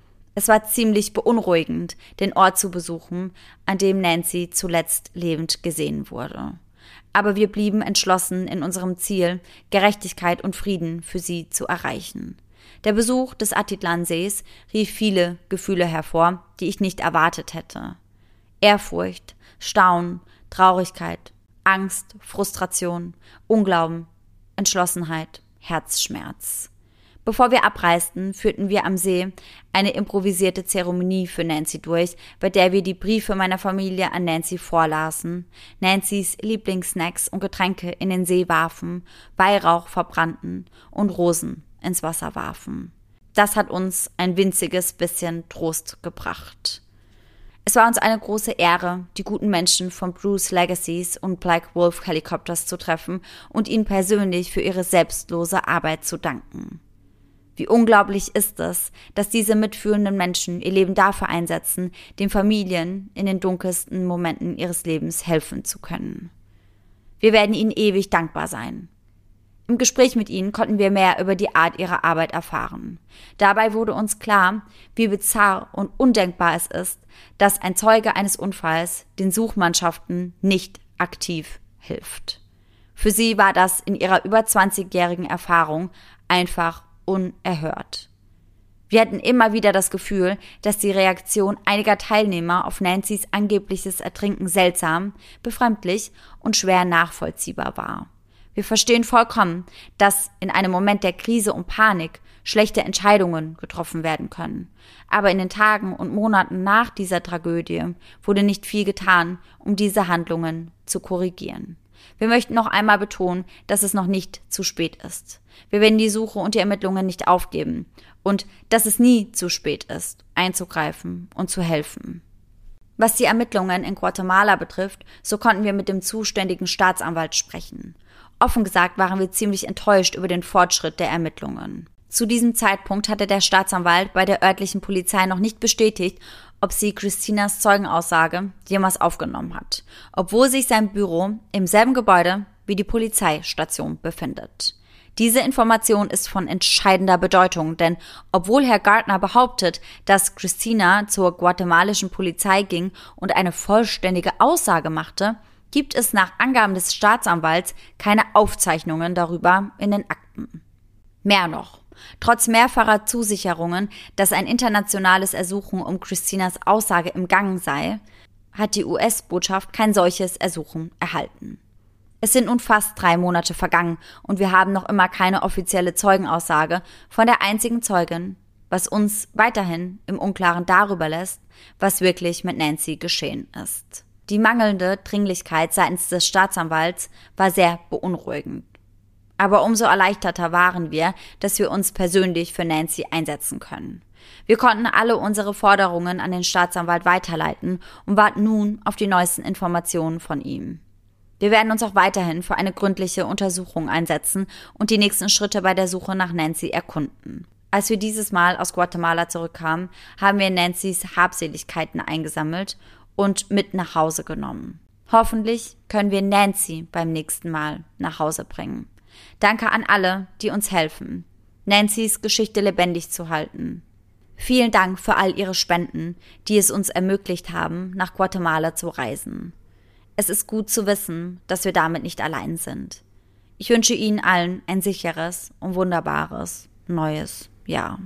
[SPEAKER 1] Es war ziemlich beunruhigend, den Ort zu besuchen, an dem Nancy zuletzt lebend gesehen wurde. Aber wir blieben entschlossen in unserem Ziel, Gerechtigkeit und Frieden für sie zu erreichen. Der Besuch des Atitlansees rief viele Gefühle hervor, die ich nicht erwartet hätte. Ehrfurcht, Staunen, Traurigkeit, Angst, Frustration, Unglauben, Entschlossenheit, Herzschmerz. Bevor wir abreisten, führten wir am See eine improvisierte Zeremonie für Nancy durch, bei der wir die Briefe meiner Familie an Nancy vorlasen, Nancy's Lieblingssnacks und Getränke in den See warfen, Weihrauch verbrannten und Rosen ins Wasser warfen. Das hat uns ein winziges bisschen Trost gebracht. Es war uns eine große Ehre, die guten Menschen von Bruce Legacies und Black Wolf Helicopters zu treffen und ihnen persönlich für ihre selbstlose Arbeit zu danken. Wie unglaublich ist es, dass diese mitfühlenden Menschen ihr Leben dafür einsetzen, den Familien in den dunkelsten Momenten ihres Lebens helfen zu können. Wir werden ihnen ewig dankbar sein. Im Gespräch mit ihnen konnten wir mehr über die Art ihrer Arbeit erfahren. Dabei wurde uns klar, wie bizarr und undenkbar es ist, dass ein Zeuge eines Unfalls den Suchmannschaften nicht aktiv hilft. Für sie war das in ihrer über 20-jährigen Erfahrung einfach unerhört. Wir hatten immer wieder das Gefühl, dass die Reaktion einiger Teilnehmer auf Nancys angebliches Ertrinken seltsam, befremdlich und schwer nachvollziehbar war. Wir verstehen vollkommen, dass in einem Moment der Krise und Panik schlechte Entscheidungen getroffen werden können. Aber in den Tagen und Monaten nach dieser Tragödie wurde nicht viel getan, um diese Handlungen zu korrigieren. Wir möchten noch einmal betonen, dass es noch nicht zu spät ist. Wir werden die Suche und die Ermittlungen nicht aufgeben und dass es nie zu spät ist, einzugreifen und zu helfen. Was die Ermittlungen in Guatemala betrifft, so konnten wir mit dem zuständigen Staatsanwalt sprechen. Offen gesagt waren wir ziemlich enttäuscht über den Fortschritt der Ermittlungen. Zu diesem Zeitpunkt hatte der Staatsanwalt bei der örtlichen Polizei noch nicht bestätigt, ob sie Christinas Zeugenaussage jemals aufgenommen hat, obwohl sich sein Büro im selben Gebäude wie die Polizeistation befindet. Diese Information ist von entscheidender Bedeutung, denn obwohl Herr Gardner behauptet, dass Christina zur guatemalischen Polizei ging und eine vollständige Aussage machte, gibt es nach Angaben des Staatsanwalts keine Aufzeichnungen darüber in den Akten. Mehr noch. Trotz mehrfacher Zusicherungen, dass ein internationales Ersuchen um Christinas Aussage im Gang sei, hat die US-Botschaft kein solches Ersuchen erhalten. Es sind nun fast 3 Monate vergangen und wir haben noch immer keine offizielle Zeugenaussage von der einzigen Zeugin, was uns weiterhin im Unklaren darüber lässt, was wirklich mit Nancy geschehen ist. Die mangelnde Dringlichkeit seitens des Staatsanwalts war sehr beunruhigend. Aber umso erleichterter waren wir, dass wir uns persönlich für Nancy einsetzen können. Wir konnten alle unsere Forderungen an den Staatsanwalt weiterleiten und warten nun auf die neuesten Informationen von ihm. Wir werden uns auch weiterhin für eine gründliche Untersuchung einsetzen und die nächsten Schritte bei der Suche nach Nancy erkunden. Als wir dieses Mal aus Guatemala zurückkamen, haben wir Nancy's Habseligkeiten eingesammelt und mit nach Hause genommen. Hoffentlich können wir Nancy beim nächsten Mal nach Hause bringen. Danke an alle, die uns helfen, Nancy's Geschichte lebendig zu halten. Vielen Dank für all Ihre Spenden, die es uns ermöglicht haben, nach Guatemala zu reisen. Es ist gut zu wissen, dass wir damit nicht allein sind. Ich wünsche Ihnen allen ein sicheres und wunderbares neues Jahr.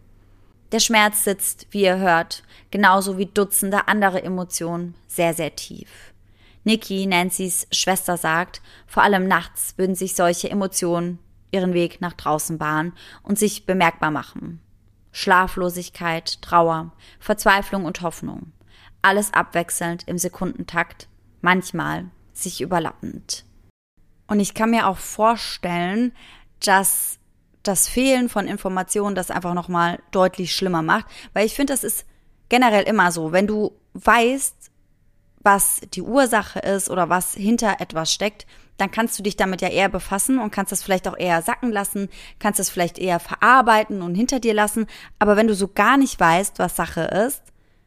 [SPEAKER 1] Der Schmerz sitzt, wie ihr hört, genauso wie Dutzende andere Emotionen, sehr, sehr tief. Nikki, Nancy's Schwester, sagt, vor allem nachts würden sich solche Emotionen ihren Weg nach draußen bahnen und sich bemerkbar machen. Schlaflosigkeit, Trauer, Verzweiflung und Hoffnung. Alles abwechselnd im Sekundentakt, manchmal sich überlappend. Und ich kann mir auch vorstellen, dass das Fehlen von Informationen das einfach nochmal deutlich schlimmer macht, weil ich finde, das ist generell immer so, wenn du weißt, was die Ursache ist oder was hinter etwas steckt, dann kannst du dich damit ja eher befassen und kannst das vielleicht auch eher sacken lassen, kannst es vielleicht eher verarbeiten und hinter dir lassen. Aber wenn du so gar nicht weißt, was Sache ist,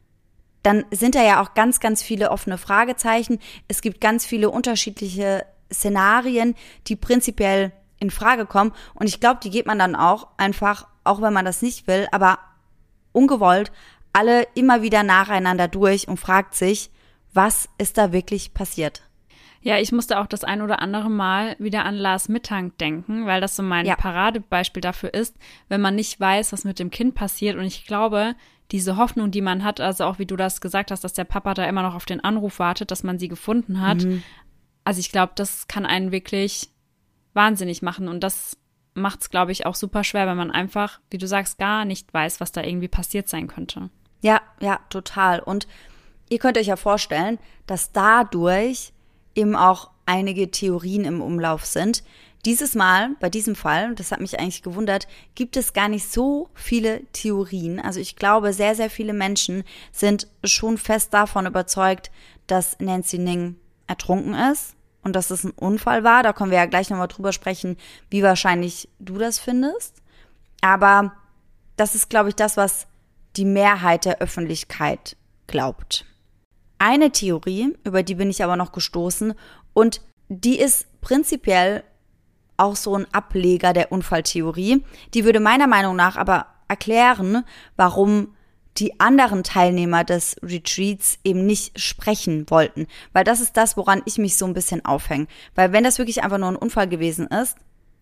[SPEAKER 1] dann sind da ja auch ganz, ganz viele offene Fragezeichen. Es gibt ganz viele unterschiedliche Szenarien, die prinzipiell in Frage kommen. Und ich glaube, die geht man dann auch einfach, auch wenn man das nicht will, aber ungewollt alle immer wieder nacheinander durch und fragt sich, was ist da wirklich passiert?
[SPEAKER 2] Ja, ich musste auch das ein oder andere Mal wieder an Lars Mittank denken, weil das so mein Paradebeispiel dafür ist, wenn man nicht weiß, was mit dem Kind passiert. Und ich glaube, diese Hoffnung, die man hat, also auch wie du das gesagt hast, dass der Papa da immer noch auf den Anruf wartet, dass man sie gefunden hat. Also ich glaube, das kann einen wirklich wahnsinnig machen. Und das macht es, glaube ich, auch super schwer, wenn man einfach, wie du sagst, gar nicht weiß, was da irgendwie passiert sein könnte.
[SPEAKER 1] Ja, total. Und ihr könnt euch ja vorstellen, dass dadurch eben auch einige Theorien im Umlauf sind. Dieses Mal, bei diesem Fall, das hat mich eigentlich gewundert, gibt es gar nicht so viele Theorien. Also ich glaube, sehr, sehr viele Menschen sind schon fest davon überzeugt, dass Nancy Ning ertrunken ist und dass es ein Unfall war. Da können wir ja gleich nochmal drüber sprechen, wie wahrscheinlich du das findest. Aber das ist, glaube ich, das, was die Mehrheit der Öffentlichkeit glaubt. Eine Theorie, über die bin ich aber noch gestoßen und die ist prinzipiell auch so ein Ableger der Unfalltheorie. Die würde meiner Meinung nach aber erklären, warum die anderen Teilnehmer des Retreats eben nicht sprechen wollten. Weil das ist das, woran ich mich so ein bisschen aufhänge. Weil wenn das wirklich einfach nur ein Unfall gewesen ist,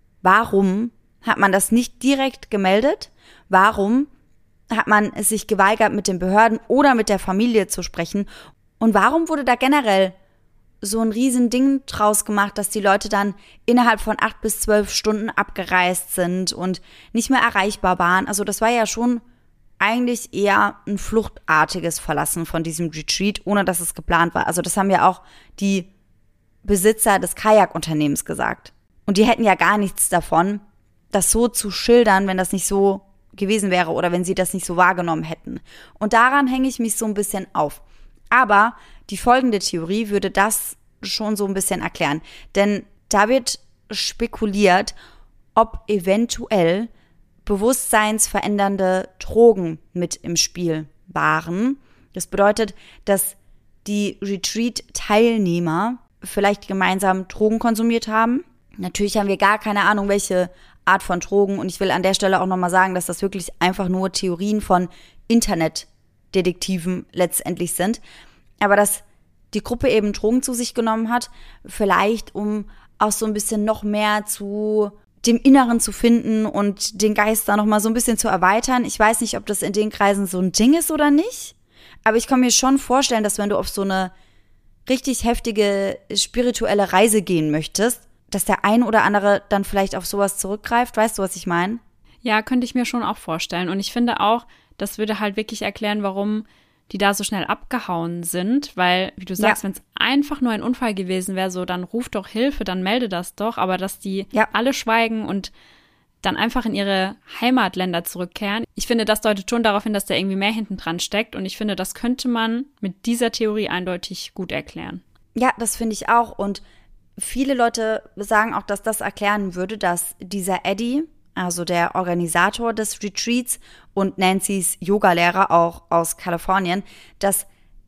[SPEAKER 1] warum hat man das nicht direkt gemeldet? Warum hat man es sich geweigert, mit den Behörden oder mit der Familie zu sprechen? Und warum wurde da generell so ein Riesending draus gemacht, dass die Leute dann innerhalb von 8 bis 12 Stunden abgereist sind und nicht mehr erreichbar waren? Also das war ja schon eigentlich eher ein fluchtartiges Verlassen von diesem Retreat, ohne dass es geplant war. Also das haben ja auch die Besitzer des Kajakunternehmens gesagt. Und die hätten ja gar nichts davon, das so zu schildern, wenn das nicht so gewesen wäre oder wenn sie das nicht so wahrgenommen hätten. Und daran hänge ich mich so ein bisschen auf. Aber die folgende Theorie würde das schon so ein bisschen erklären. Denn da wird spekuliert, ob eventuell bewusstseinsverändernde Drogen mit im Spiel waren. Das bedeutet, dass die Retreat-Teilnehmer vielleicht gemeinsam Drogen konsumiert haben. Natürlich haben wir gar keine Ahnung, welche Art von Drogen. Und ich will an der Stelle auch nochmal sagen, dass das wirklich einfach nur Theorien von Internetdetektiven letztendlich sind. Aber dass die Gruppe eben Drogen zu sich genommen hat, vielleicht um auch so ein bisschen noch mehr zu dem Inneren zu finden und den Geist da nochmal so ein bisschen zu erweitern. Ich weiß nicht, ob das in den Kreisen so ein Ding ist oder nicht. Aber ich kann mir schon vorstellen, dass wenn du auf so eine richtig heftige spirituelle Reise gehen möchtest, dass der ein oder andere dann vielleicht auf sowas zurückgreift. Weißt du, was ich meine?
[SPEAKER 2] Ja, könnte ich mir schon auch vorstellen. Und ich finde auch, das würde halt wirklich erklären, warum die da so schnell abgehauen sind. Weil, wie du sagst, wenn es einfach nur ein Unfall gewesen wäre, so dann ruf doch Hilfe, dann melde das doch. Aber dass die alle schweigen und dann einfach in ihre Heimatländer zurückkehren. Ich finde, das deutet schon darauf hin, dass da irgendwie mehr hinten dran steckt. Und ich finde, das könnte man mit dieser Theorie eindeutig gut erklären.
[SPEAKER 1] Ja, das finde ich auch. Und viele Leute sagen auch, dass das erklären würde, dass dieser Eddie, also der Organisator des Retreats und Nancys Yogalehrer auch aus Kalifornien, dass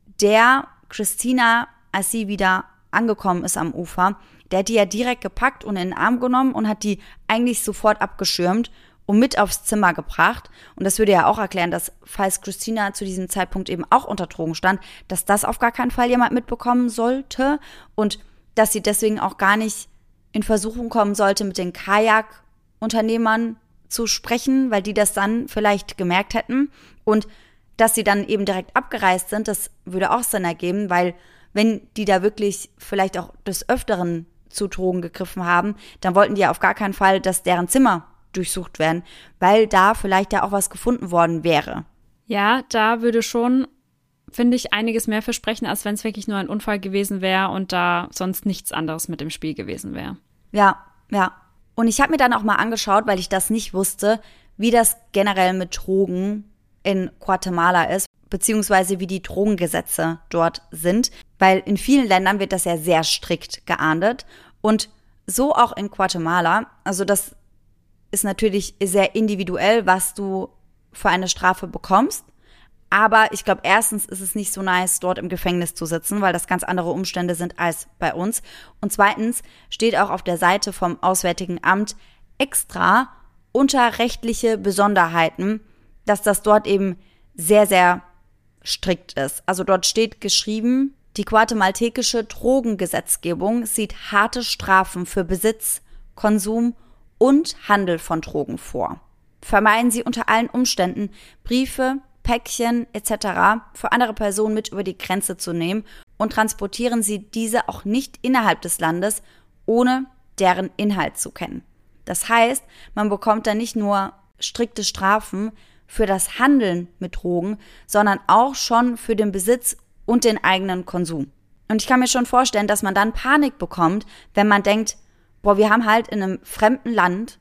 [SPEAKER 1] der Christina, als sie wieder angekommen ist am Ufer, der hat die ja direkt gepackt und in den Arm genommen und hat die eigentlich sofort abgeschirmt und mit aufs Zimmer gebracht. Und das würde ja auch erklären, dass, falls Christina zu diesem Zeitpunkt eben auch unter Drogen stand, dass das auf gar keinen Fall jemand mitbekommen sollte und dass sie deswegen auch gar nicht in Versuchung kommen sollte, mit den Kajakunternehmern zu sprechen, weil die das dann vielleicht gemerkt hätten. Und dass sie dann eben direkt abgereist sind, das würde auch Sinn ergeben, weil wenn die da wirklich vielleicht auch des Öfteren zu Drogen gegriffen haben, dann wollten die ja auf gar keinen Fall, dass deren Zimmer durchsucht werden, weil da vielleicht ja auch was gefunden worden wäre.
[SPEAKER 2] Ja, da würde schon, finde ich, einiges mehr versprechen, als wenn es wirklich nur ein Unfall gewesen wäre und da sonst nichts anderes mit im Spiel gewesen wäre.
[SPEAKER 1] Ja. Und ich habe mir dann auch mal angeschaut, weil ich das nicht wusste, wie das generell mit Drogen in Guatemala ist, beziehungsweise wie die Drogengesetze dort sind, weil in vielen Ländern wird das ja sehr strikt geahndet und so auch in Guatemala. Also das ist natürlich sehr individuell, was du für eine Strafe bekommst, aber ich glaube, erstens ist es nicht so nice, dort im Gefängnis zu sitzen, weil das ganz andere Umstände sind als bei uns, und zweitens steht auch auf der Seite vom Auswärtigen Amt extra unter rechtliche Besonderheiten, dass das dort eben sehr, sehr strikt ist. Also dort steht geschrieben, die guatemaltekische Drogengesetzgebung sieht harte Strafen für Besitz, Konsum und Handel von Drogen vor. Vermeiden Sie unter allen Umständen, Briefe, Päckchen etc. für andere Personen mit über die Grenze zu nehmen und transportieren Sie diese auch nicht innerhalb des Landes, ohne deren Inhalt zu kennen. Das heißt, man bekommt dann nicht nur strikte Strafen für das Handeln mit Drogen, sondern auch schon für den Besitz und den eigenen Konsum. Und ich kann mir schon vorstellen, dass man dann Panik bekommt, wenn man denkt, boah, wir haben halt in einem fremden Land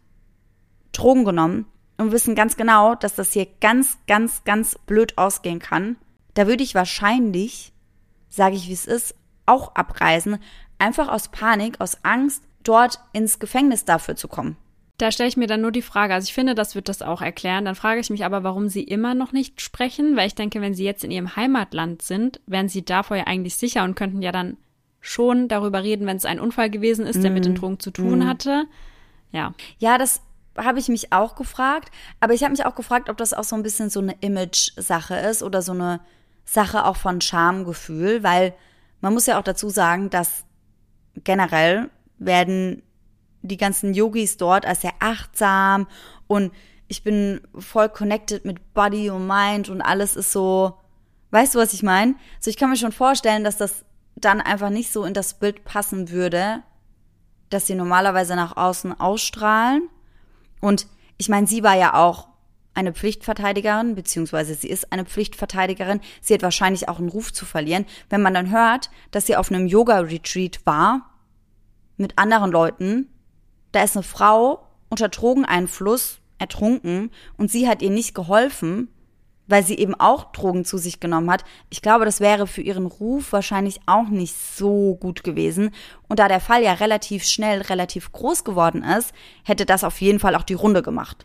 [SPEAKER 1] Drogen genommen und wissen ganz genau, dass das hier ganz, ganz, ganz blöd ausgehen kann. Da würde ich wahrscheinlich, sage ich wie es ist, auch abreisen, einfach aus Panik, aus Angst, dort ins Gefängnis dafür zu kommen.
[SPEAKER 2] Da stelle ich mir dann nur die Frage, also ich finde, das wird das auch erklären. Dann frage ich mich aber, warum sie immer noch nicht sprechen, weil ich denke, wenn sie jetzt in ihrem Heimatland sind, wären sie davor ja eigentlich sicher und könnten ja dann schon darüber reden, wenn es ein Unfall gewesen ist, der mit den Drogen zu tun hatte. Ja,
[SPEAKER 1] das habe ich mich auch gefragt, aber ich habe mich auch gefragt, ob das auch so ein bisschen so eine Image-Sache ist oder so eine Sache auch von Schamgefühl, weil man muss ja auch dazu sagen, dass generell werden die ganzen Yogis dort als sehr achtsam und ich bin voll connected mit Body und Mind und alles ist so, weißt du, was ich meine? So, ich kann mir schon vorstellen, dass das dann einfach nicht so in das Bild passen würde, dass sie normalerweise nach außen ausstrahlen. Und ich meine, sie war ja auch eine Pflichtverteidigerin, beziehungsweise sie ist eine Pflichtverteidigerin. Sie hat wahrscheinlich auch einen Ruf zu verlieren. Wenn man dann hört, dass sie auf einem Yoga-Retreat war mit anderen Leuten, da ist eine Frau unter Drogeneinfluss ertrunken und sie hat ihr nicht geholfen, weil sie eben auch Drogen zu sich genommen hat. Ich glaube, das wäre für ihren Ruf wahrscheinlich auch nicht so gut gewesen. Und da der Fall ja relativ schnell, relativ groß geworden ist, hätte das auf jeden Fall auch die Runde gemacht.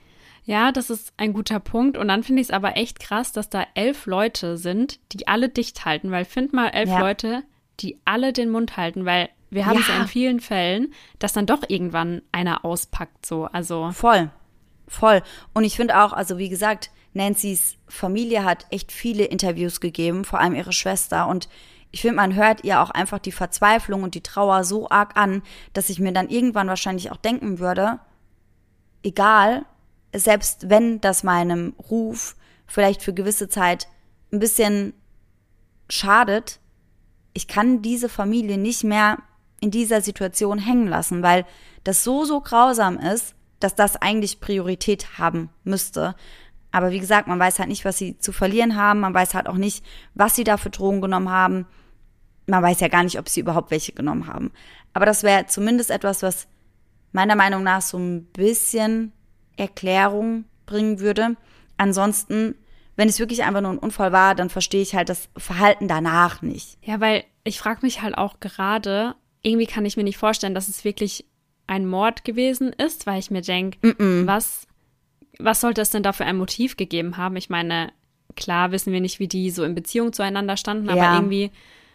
[SPEAKER 2] Ja, das ist ein guter Punkt. Und dann finde ich es aber echt krass, dass da 11 Leute sind, die alle dicht halten. Weil find mal 11 Leute, die alle den Mund halten. Weil wir haben es ja in vielen Fällen, dass dann doch irgendwann einer auspackt. So. Also
[SPEAKER 1] Voll. Und ich finde auch, also wie gesagt, Nancys Familie hat echt viele Interviews gegeben, vor allem ihre Schwester. Und ich finde, man hört ihr auch einfach die Verzweiflung und die Trauer so arg an, dass ich mir dann irgendwann wahrscheinlich auch denken würde, egal, selbst wenn das meinem Ruf vielleicht für gewisse Zeit ein bisschen schadet, ich kann diese Familie nicht mehr in dieser Situation hängen lassen, weil das so grausam ist, dass das eigentlich Priorität haben müsste. Aber wie gesagt, man weiß halt nicht, was sie zu verlieren haben, man weiß halt auch nicht, was sie da für Drogen genommen haben. Man weiß ja gar nicht, ob sie überhaupt welche genommen haben. Aber das wäre zumindest etwas, was meiner Meinung nach so ein bisschen Erklärung bringen würde. Ansonsten, wenn es wirklich einfach nur ein Unfall war, dann verstehe ich halt das Verhalten danach nicht.
[SPEAKER 2] Ja, weil ich frage mich halt auch gerade, irgendwie kann ich mir nicht vorstellen, dass es wirklich ein Mord gewesen ist, weil ich mir denke, was sollte es denn da für ein Motiv gegeben haben? Ich meine, klar wissen wir nicht, wie die so in Beziehung zueinander standen, aber irgendwie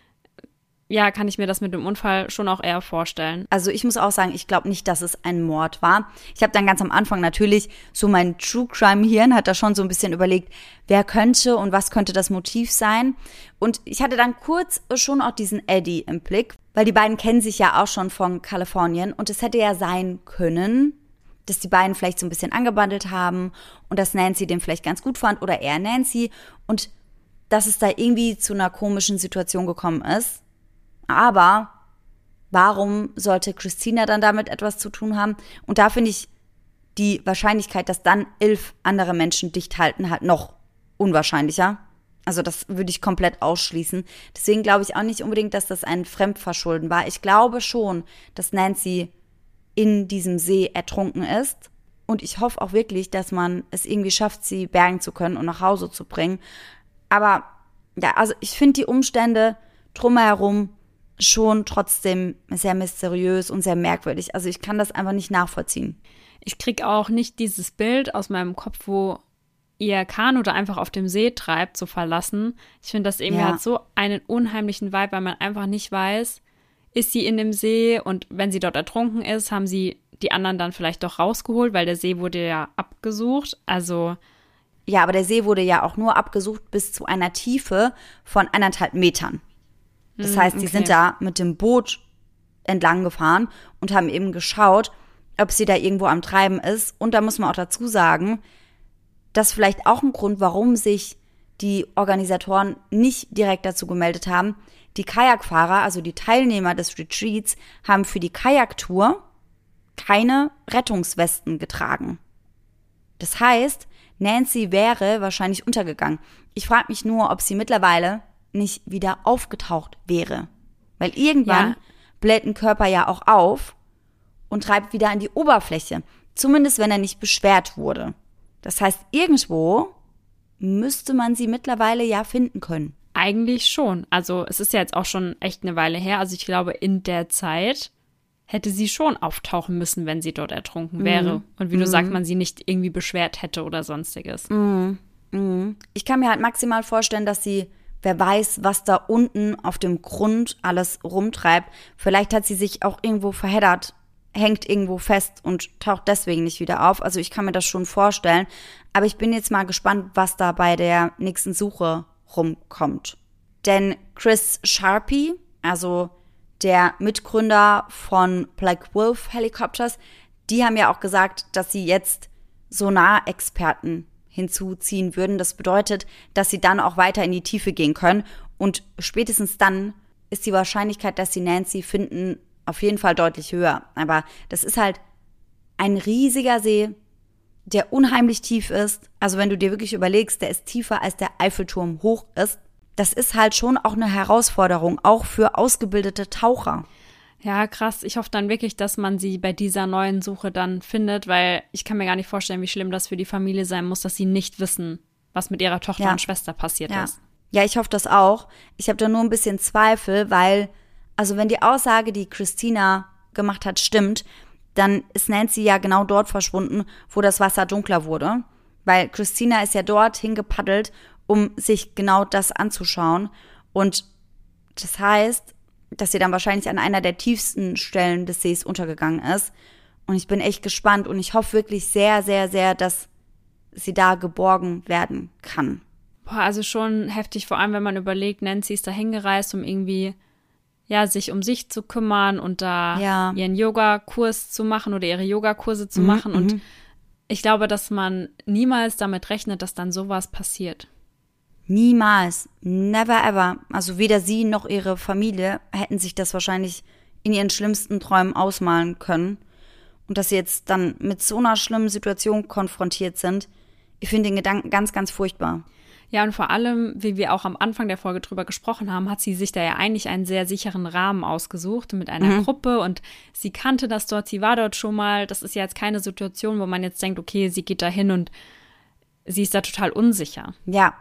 [SPEAKER 2] ja, kann ich mir das mit dem Unfall schon auch eher vorstellen.
[SPEAKER 1] Also ich muss auch sagen, ich glaube nicht, dass es ein Mord war. Ich habe dann ganz am Anfang natürlich so mein True-Crime-Hirn hat da schon so ein bisschen überlegt, wer könnte und was könnte das Motiv sein. Und ich hatte dann kurz schon auch diesen Eddie im Blick, weil die beiden kennen sich ja auch schon von Kalifornien. Und es hätte ja sein können, dass die beiden vielleicht so ein bisschen angebandelt haben und dass Nancy den vielleicht ganz gut fand oder er Nancy. Und dass es da irgendwie zu einer komischen Situation gekommen ist. Aber warum sollte Christina dann damit etwas zu tun haben? Und da finde ich die Wahrscheinlichkeit, dass dann 11 andere Menschen dicht halten, halt noch unwahrscheinlicher. Also das würde ich komplett ausschließen. Deswegen glaube ich auch nicht unbedingt, dass das ein Fremdverschulden war. Ich glaube schon, dass Nancy in diesem See ertrunken ist. Und ich hoffe auch wirklich, dass man es irgendwie schafft, sie bergen zu können und nach Hause zu bringen. Aber ja, also ich finde die Umstände drumherum schon trotzdem sehr mysteriös und sehr merkwürdig. Also ich kann das einfach nicht nachvollziehen.
[SPEAKER 2] Ich kriege auch nicht dieses Bild aus meinem Kopf, wo ihr Kanu da einfach auf dem See treibt, so verlassen. Ich finde, das irgendwie hat so einen unheimlichen Vibe, weil man einfach nicht weiß, ist sie in dem See und wenn sie dort ertrunken ist, haben sie die anderen dann vielleicht doch rausgeholt, weil der See wurde ja abgesucht. Also
[SPEAKER 1] ja, aber der See wurde ja auch nur abgesucht bis zu einer Tiefe von 1,5 Metern. Das heißt, die sind da mit dem Boot entlang gefahren und haben eben geschaut, ob sie da irgendwo am Treiben ist. Und da muss man auch dazu sagen, das ist vielleicht auch ein Grund, warum sich die Organisatoren nicht direkt dazu gemeldet haben. Die Kajakfahrer, also die Teilnehmer des Retreats, haben für die Kajaktour keine Rettungswesten getragen. Das heißt, Nancy wäre wahrscheinlich untergegangen. Ich frage mich nur, ob sie mittlerweile nicht wieder aufgetaucht wäre. Weil irgendwann bläht ein Körper ja auch auf und treibt wieder an die Oberfläche. Zumindest, wenn er nicht beschwert wurde. Das heißt, irgendwo müsste man sie mittlerweile ja finden können.
[SPEAKER 2] Eigentlich schon. Also es ist ja jetzt auch schon echt eine Weile her. Also ich glaube, in der Zeit hätte sie schon auftauchen müssen, wenn sie dort ertrunken wäre. Und wie du sagst, man sie nicht irgendwie beschwert hätte oder sonstiges.
[SPEAKER 1] Ich kann mir halt maximal vorstellen, dass sie, wer weiß, was da unten auf dem Grund alles rumtreibt. Vielleicht hat sie sich auch irgendwo verheddert, hängt irgendwo fest und taucht deswegen nicht wieder auf. Also ich kann mir das schon vorstellen. Aber ich bin jetzt mal gespannt, was da bei der nächsten Suche rumkommt. Denn Chris Sharpie, also der Mitgründer von Black Wolf Helicopters, die haben ja auch gesagt, dass sie jetzt Sonarexperten hinzuziehen würden. Das bedeutet, dass sie dann auch weiter in die Tiefe gehen können. Und spätestens dann ist die Wahrscheinlichkeit, dass sie Nancy finden, auf jeden Fall deutlich höher. Aber das ist halt ein riesiger See, der unheimlich tief ist. Also wenn du dir wirklich überlegst, der ist tiefer als der Eiffelturm hoch ist. Das ist halt schon auch eine Herausforderung, auch für ausgebildete Taucher.
[SPEAKER 2] Ja, krass. Ich hoffe dann wirklich, dass man sie bei dieser neuen Suche dann findet, weil ich kann mir gar nicht vorstellen, wie schlimm das für die Familie sein muss, dass sie nicht wissen, was mit ihrer Tochter und Schwester passiert ist.
[SPEAKER 1] Ja, ich hoffe das auch. Ich habe da nur ein bisschen Zweifel, weil, also wenn die Aussage, die Christina gemacht hat, stimmt, dann ist Nancy ja genau dort verschwunden, wo das Wasser dunkler wurde. Weil Christina ist ja dort hingepaddelt, um sich genau das anzuschauen. Und das heißt, dass sie dann wahrscheinlich an einer der tiefsten Stellen des Sees untergegangen ist. Und ich bin echt gespannt und ich hoffe wirklich sehr, sehr, sehr, dass sie da geborgen werden kann.
[SPEAKER 2] Boah, also schon heftig, vor allem wenn man überlegt, Nancy ist da hingereist, um irgendwie sich um sich zu kümmern und da ihren Yogakurs zu machen oder ihre Yogakurse zu machen. Und ich glaube, dass man niemals damit rechnet, dass dann sowas passiert.
[SPEAKER 1] Niemals. Never ever. Also weder sie noch ihre Familie hätten sich das wahrscheinlich in ihren schlimmsten Träumen ausmalen können. Und dass sie jetzt dann mit so einer schlimmen Situation konfrontiert sind, ich finde den Gedanken ganz, ganz furchtbar.
[SPEAKER 2] Ja, und vor allem, wie wir auch am Anfang der Folge drüber gesprochen haben, hat sie sich da ja eigentlich einen sehr sicheren Rahmen ausgesucht mit einer Gruppe und sie kannte das dort, sie war dort schon mal. Das ist ja jetzt keine Situation, wo man jetzt denkt, okay, sie geht da hin und sie ist da total unsicher.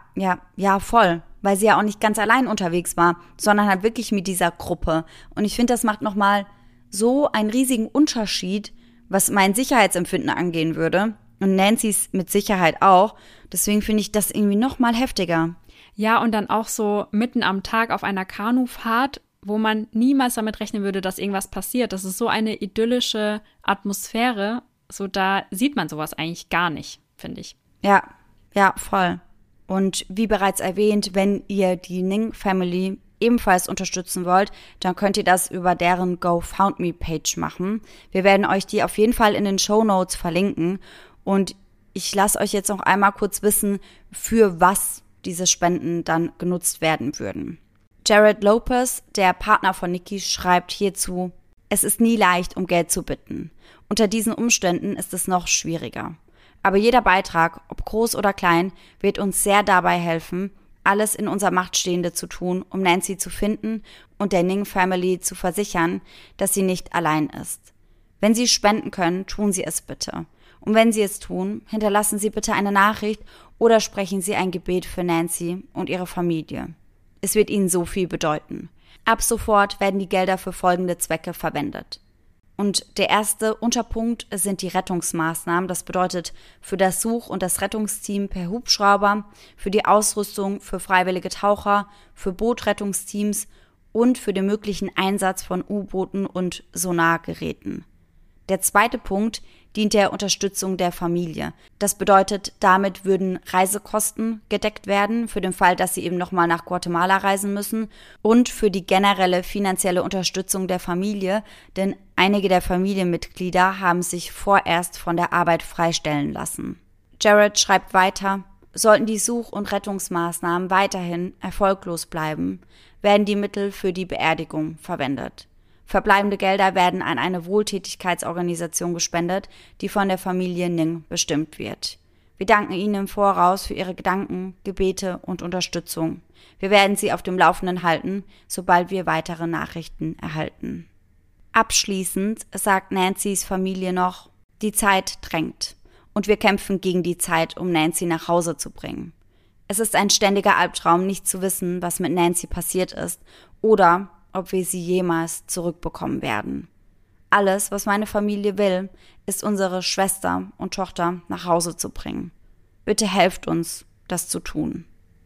[SPEAKER 1] Ja, voll. Weil sie ja auch nicht ganz allein unterwegs war, sondern halt wirklich mit dieser Gruppe. Und ich finde, das macht nochmal so einen riesigen Unterschied, was mein Sicherheitsempfinden angehen würde. Und Nancy's mit Sicherheit auch. Deswegen finde ich das irgendwie noch mal heftiger.
[SPEAKER 2] Ja, und dann auch so mitten am Tag auf einer Kanufahrt, wo man niemals damit rechnen würde, dass irgendwas passiert. Das ist so eine idyllische Atmosphäre. So, da sieht man sowas eigentlich gar nicht, finde ich.
[SPEAKER 1] Ja, voll. Und wie bereits erwähnt, wenn ihr die Ning Family ebenfalls unterstützen wollt, dann könnt ihr das über deren GoFundMe-Page machen. Wir werden euch die auf jeden Fall in den Shownotes verlinken. Und ich lasse euch jetzt noch einmal kurz wissen, für was diese Spenden dann genutzt werden würden. Jared Lopez, der Partner von Nikki, schreibt hierzu: Es ist nie leicht, um Geld zu bitten. Unter diesen Umständen ist es noch schwieriger. Aber jeder Beitrag, ob groß oder klein, wird uns sehr dabei helfen, alles in unserer Macht Stehende zu tun, um Nancy zu finden und der Ning Family zu versichern, dass sie nicht allein ist. Wenn Sie spenden können, tun Sie es bitte. Und wenn Sie es tun, hinterlassen Sie bitte eine Nachricht oder sprechen Sie ein Gebet für Nancy und ihre Familie. Es wird Ihnen so viel bedeuten. Ab sofort werden die Gelder für folgende Zwecke verwendet. Und der erste Unterpunkt sind die Rettungsmaßnahmen. Das bedeutet für das Such- und das Rettungsteam per Hubschrauber, für die Ausrüstung für freiwillige Taucher, für Bootrettungsteams und für den möglichen Einsatz von U-Booten und Sonargeräten. Der zweite Punkt dient der Unterstützung der Familie. Das bedeutet, damit würden Reisekosten gedeckt werden, für den Fall, dass sie eben nochmal nach Guatemala reisen müssen und für die generelle finanzielle Unterstützung der Familie, denn einige der Familienmitglieder haben sich vorerst von der Arbeit freistellen lassen. Jared schreibt weiter: Sollten die Such- und Rettungsmaßnahmen weiterhin erfolglos bleiben, werden die Mittel für die Beerdigung verwendet. Verbleibende Gelder werden an eine Wohltätigkeitsorganisation gespendet, die von der Familie Ning bestimmt wird. Wir danken Ihnen im Voraus für Ihre Gedanken, Gebete und Unterstützung. Wir werden Sie auf dem Laufenden halten, sobald wir weitere Nachrichten erhalten. Abschließend sagt Nancys Familie noch: Die Zeit drängt und wir kämpfen gegen die Zeit, um Nancy nach Hause zu bringen. Es ist ein ständiger Albtraum, nicht zu wissen, was mit Nancy passiert ist oder ob wir sie jemals zurückbekommen werden. Alles, was meine Familie will, ist, unsere Schwester und Tochter nach Hause zu bringen. Bitte helft uns, das zu tun.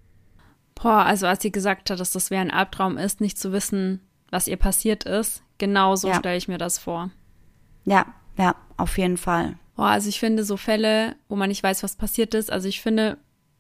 [SPEAKER 2] Boah, also als sie gesagt hat, dass das wie ein Albtraum ist, nicht zu wissen, was ihr passiert ist, genau so stelle ich mir das vor.
[SPEAKER 1] Ja, auf jeden Fall.
[SPEAKER 2] Boah, also ich finde so Fälle, wo man nicht weiß, was passiert ist, also ich finde,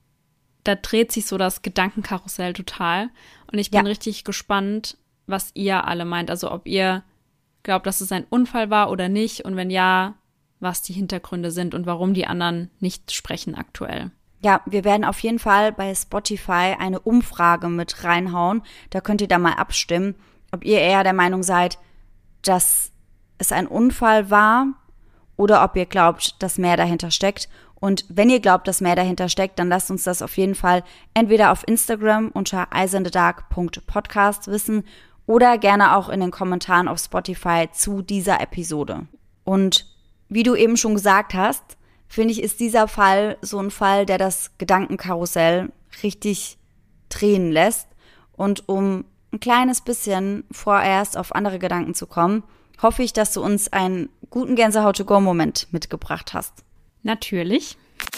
[SPEAKER 2] da dreht sich so das Gedankenkarussell total. Und ich bin richtig gespannt, was ihr alle meint. Also ob ihr glaubt, dass es ein Unfall war oder nicht. Und wenn ja, was die Hintergründe sind und warum die anderen nicht sprechen aktuell.
[SPEAKER 1] Ja, wir werden auf jeden Fall bei Spotify eine Umfrage mit reinhauen. Da könnt ihr da mal abstimmen, ob ihr eher der Meinung seid, dass es ein Unfall war oder ob ihr glaubt, dass mehr dahinter steckt. Und wenn ihr glaubt, dass mehr dahinter steckt, dann lasst uns das auf jeden Fall entweder auf Instagram unter eyesonthedark.podcast wissen oder gerne auch in den Kommentaren auf Spotify zu dieser Episode. Und wie du eben schon gesagt hast, finde ich, ist dieser Fall so ein Fall, der das Gedankenkarussell richtig drehen lässt. Und um ein kleines bisschen vorerst auf andere Gedanken zu kommen, hoffe ich, dass du uns einen guten Gänsehaut-to-go-Moment mitgebracht hast.
[SPEAKER 2] Natürlich.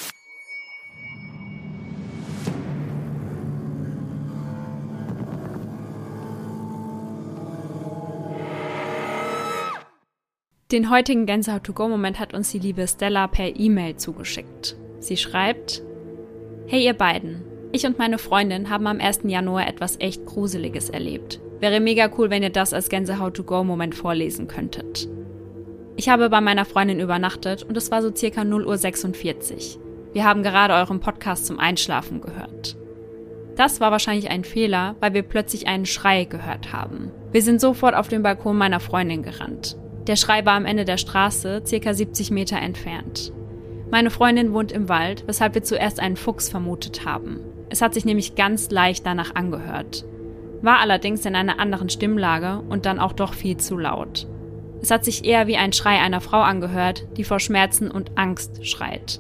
[SPEAKER 2] Den heutigen Gänsehaut-to-go-Moment hat uns die liebe Stella per E-Mail zugeschickt. Sie schreibt: Hey ihr beiden, ich und meine Freundin haben am 1. Januar etwas echt Gruseliges erlebt. Wäre mega cool, wenn ihr das als Gänsehaut-to-go-Moment vorlesen könntet. Ich habe bei meiner Freundin übernachtet und es war so circa 0:46 Uhr. Wir haben gerade euren Podcast zum Einschlafen gehört. Das war wahrscheinlich ein Fehler, weil wir plötzlich einen Schrei gehört haben. Wir sind sofort auf den Balkon meiner Freundin gerannt. Der Schrei war am Ende der Straße, circa 70 Meter entfernt. Meine Freundin wohnt im Wald, weshalb wir zuerst einen Fuchs vermutet haben. Es hat sich nämlich ganz leicht danach angehört. War allerdings in einer anderen Stimmlage und dann auch doch viel zu laut. Es hat sich eher wie ein Schrei einer Frau angehört, die vor Schmerzen und Angst schreit.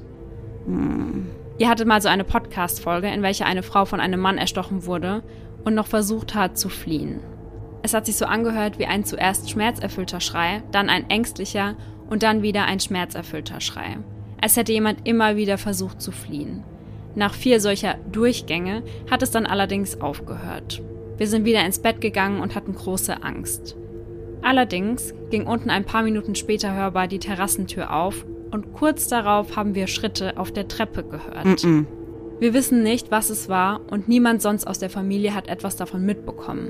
[SPEAKER 2] Ihr hattet mal so eine Podcast-Folge, in welcher eine Frau von einem Mann erstochen wurde und noch versucht hat zu fliehen. Es hat sich so angehört wie ein zuerst schmerzerfüllter Schrei, dann ein ängstlicher und dann wieder ein schmerzerfüllter Schrei. Als hätte jemand immer wieder versucht zu fliehen. Nach 4 solcher Durchgänge hat es dann allerdings aufgehört. Wir sind wieder ins Bett gegangen und hatten große Angst. Allerdings ging unten ein paar Minuten später hörbar die Terrassentür auf und kurz darauf haben wir Schritte auf der Treppe gehört. Wir wissen nicht, was es war und niemand sonst aus der Familie hat etwas davon mitbekommen.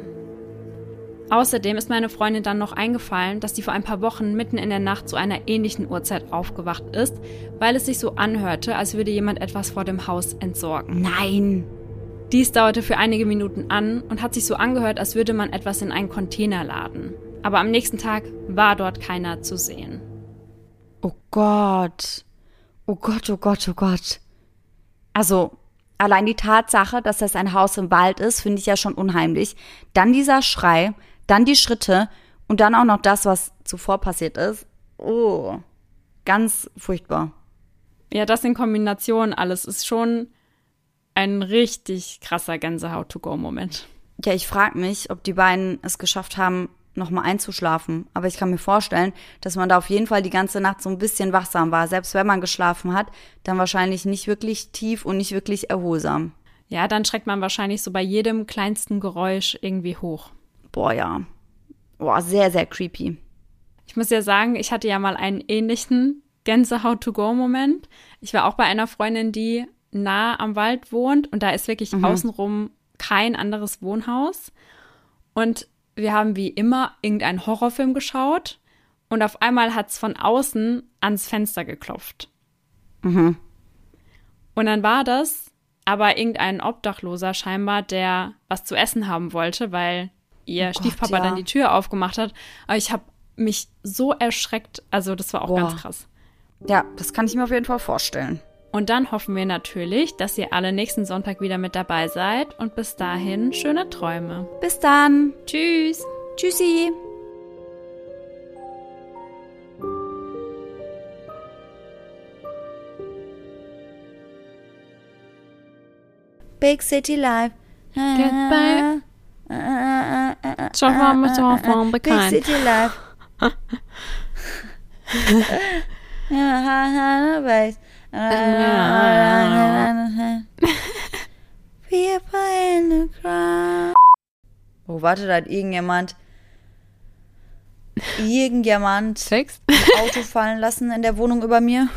[SPEAKER 2] Außerdem ist meine Freundin dann noch eingefallen, dass sie vor ein paar Wochen mitten in der Nacht zu einer ähnlichen Uhrzeit aufgewacht ist, weil es sich so anhörte, als würde jemand etwas vor dem Haus entsorgen.
[SPEAKER 1] Nein!
[SPEAKER 2] Dies dauerte für einige Minuten an und hat sich so angehört, als würde man etwas in einen Container laden. Aber am nächsten Tag war dort keiner zu sehen.
[SPEAKER 1] Oh Gott. Oh Gott, oh Gott, oh Gott. Also, allein die Tatsache, dass das ein Haus im Wald ist, finde ich ja schon unheimlich. Dann dieser Schrei, dann die Schritte und dann auch noch das, was zuvor passiert ist. Oh, ganz furchtbar.
[SPEAKER 2] Ja, das in Kombination alles ist schon ein richtig krasser Gänsehaut-to-go-Moment.
[SPEAKER 1] Ja, ich frage mich, ob die beiden es geschafft haben, nochmal einzuschlafen. Aber ich kann mir vorstellen, dass man da auf jeden Fall die ganze Nacht so ein bisschen wachsam war. Selbst wenn man geschlafen hat, dann wahrscheinlich nicht wirklich tief und nicht wirklich erholsam.
[SPEAKER 2] Ja, dann schreckt man wahrscheinlich so bei jedem kleinsten Geräusch irgendwie hoch.
[SPEAKER 1] Boah, ja. Boah, sehr, sehr creepy.
[SPEAKER 2] Ich muss ja sagen, ich hatte ja mal einen ähnlichen Gänsehaut-to-go-Moment. Ich war auch bei einer Freundin, die nah am Wald wohnt und da ist wirklich außenrum kein anderes Wohnhaus. Und wir haben wie immer irgendeinen Horrorfilm geschaut und auf einmal hat es von außen ans Fenster geklopft. Und dann war das aber irgendein Obdachloser scheinbar, der was zu essen haben wollte, weil ihr Stiefpapa dann die Tür aufgemacht hat. Aber ich habe mich so erschreckt, also das war auch ganz krass.
[SPEAKER 1] Ja, das kann ich mir auf jeden Fall vorstellen.
[SPEAKER 2] Und dann hoffen wir natürlich, dass ihr alle nächsten Sonntag wieder mit dabei seid. Und bis dahin, schöne Träume.
[SPEAKER 1] Bis dann.
[SPEAKER 2] Tschüss.
[SPEAKER 1] Tschüssi. Big City Life.
[SPEAKER 2] Goodbye. Så var man så van bekant.
[SPEAKER 1] Big City Life. Oh, warte, da hat irgendjemand
[SPEAKER 2] Sex?
[SPEAKER 1] ein Auto fallen lassen in der Wohnung über mir.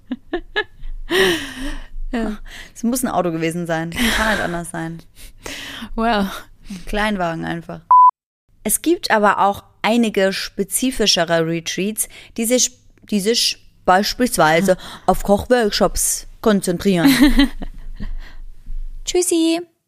[SPEAKER 2] Ja.
[SPEAKER 1] Es muss ein Auto gewesen sein. Kann halt anders sein.
[SPEAKER 2] Well.
[SPEAKER 1] Ein Kleinwagen einfach. Es gibt aber auch einige spezifischere Retreats, die sich beispielsweise auf Kochworkshops konzentrieren. Tschüssi.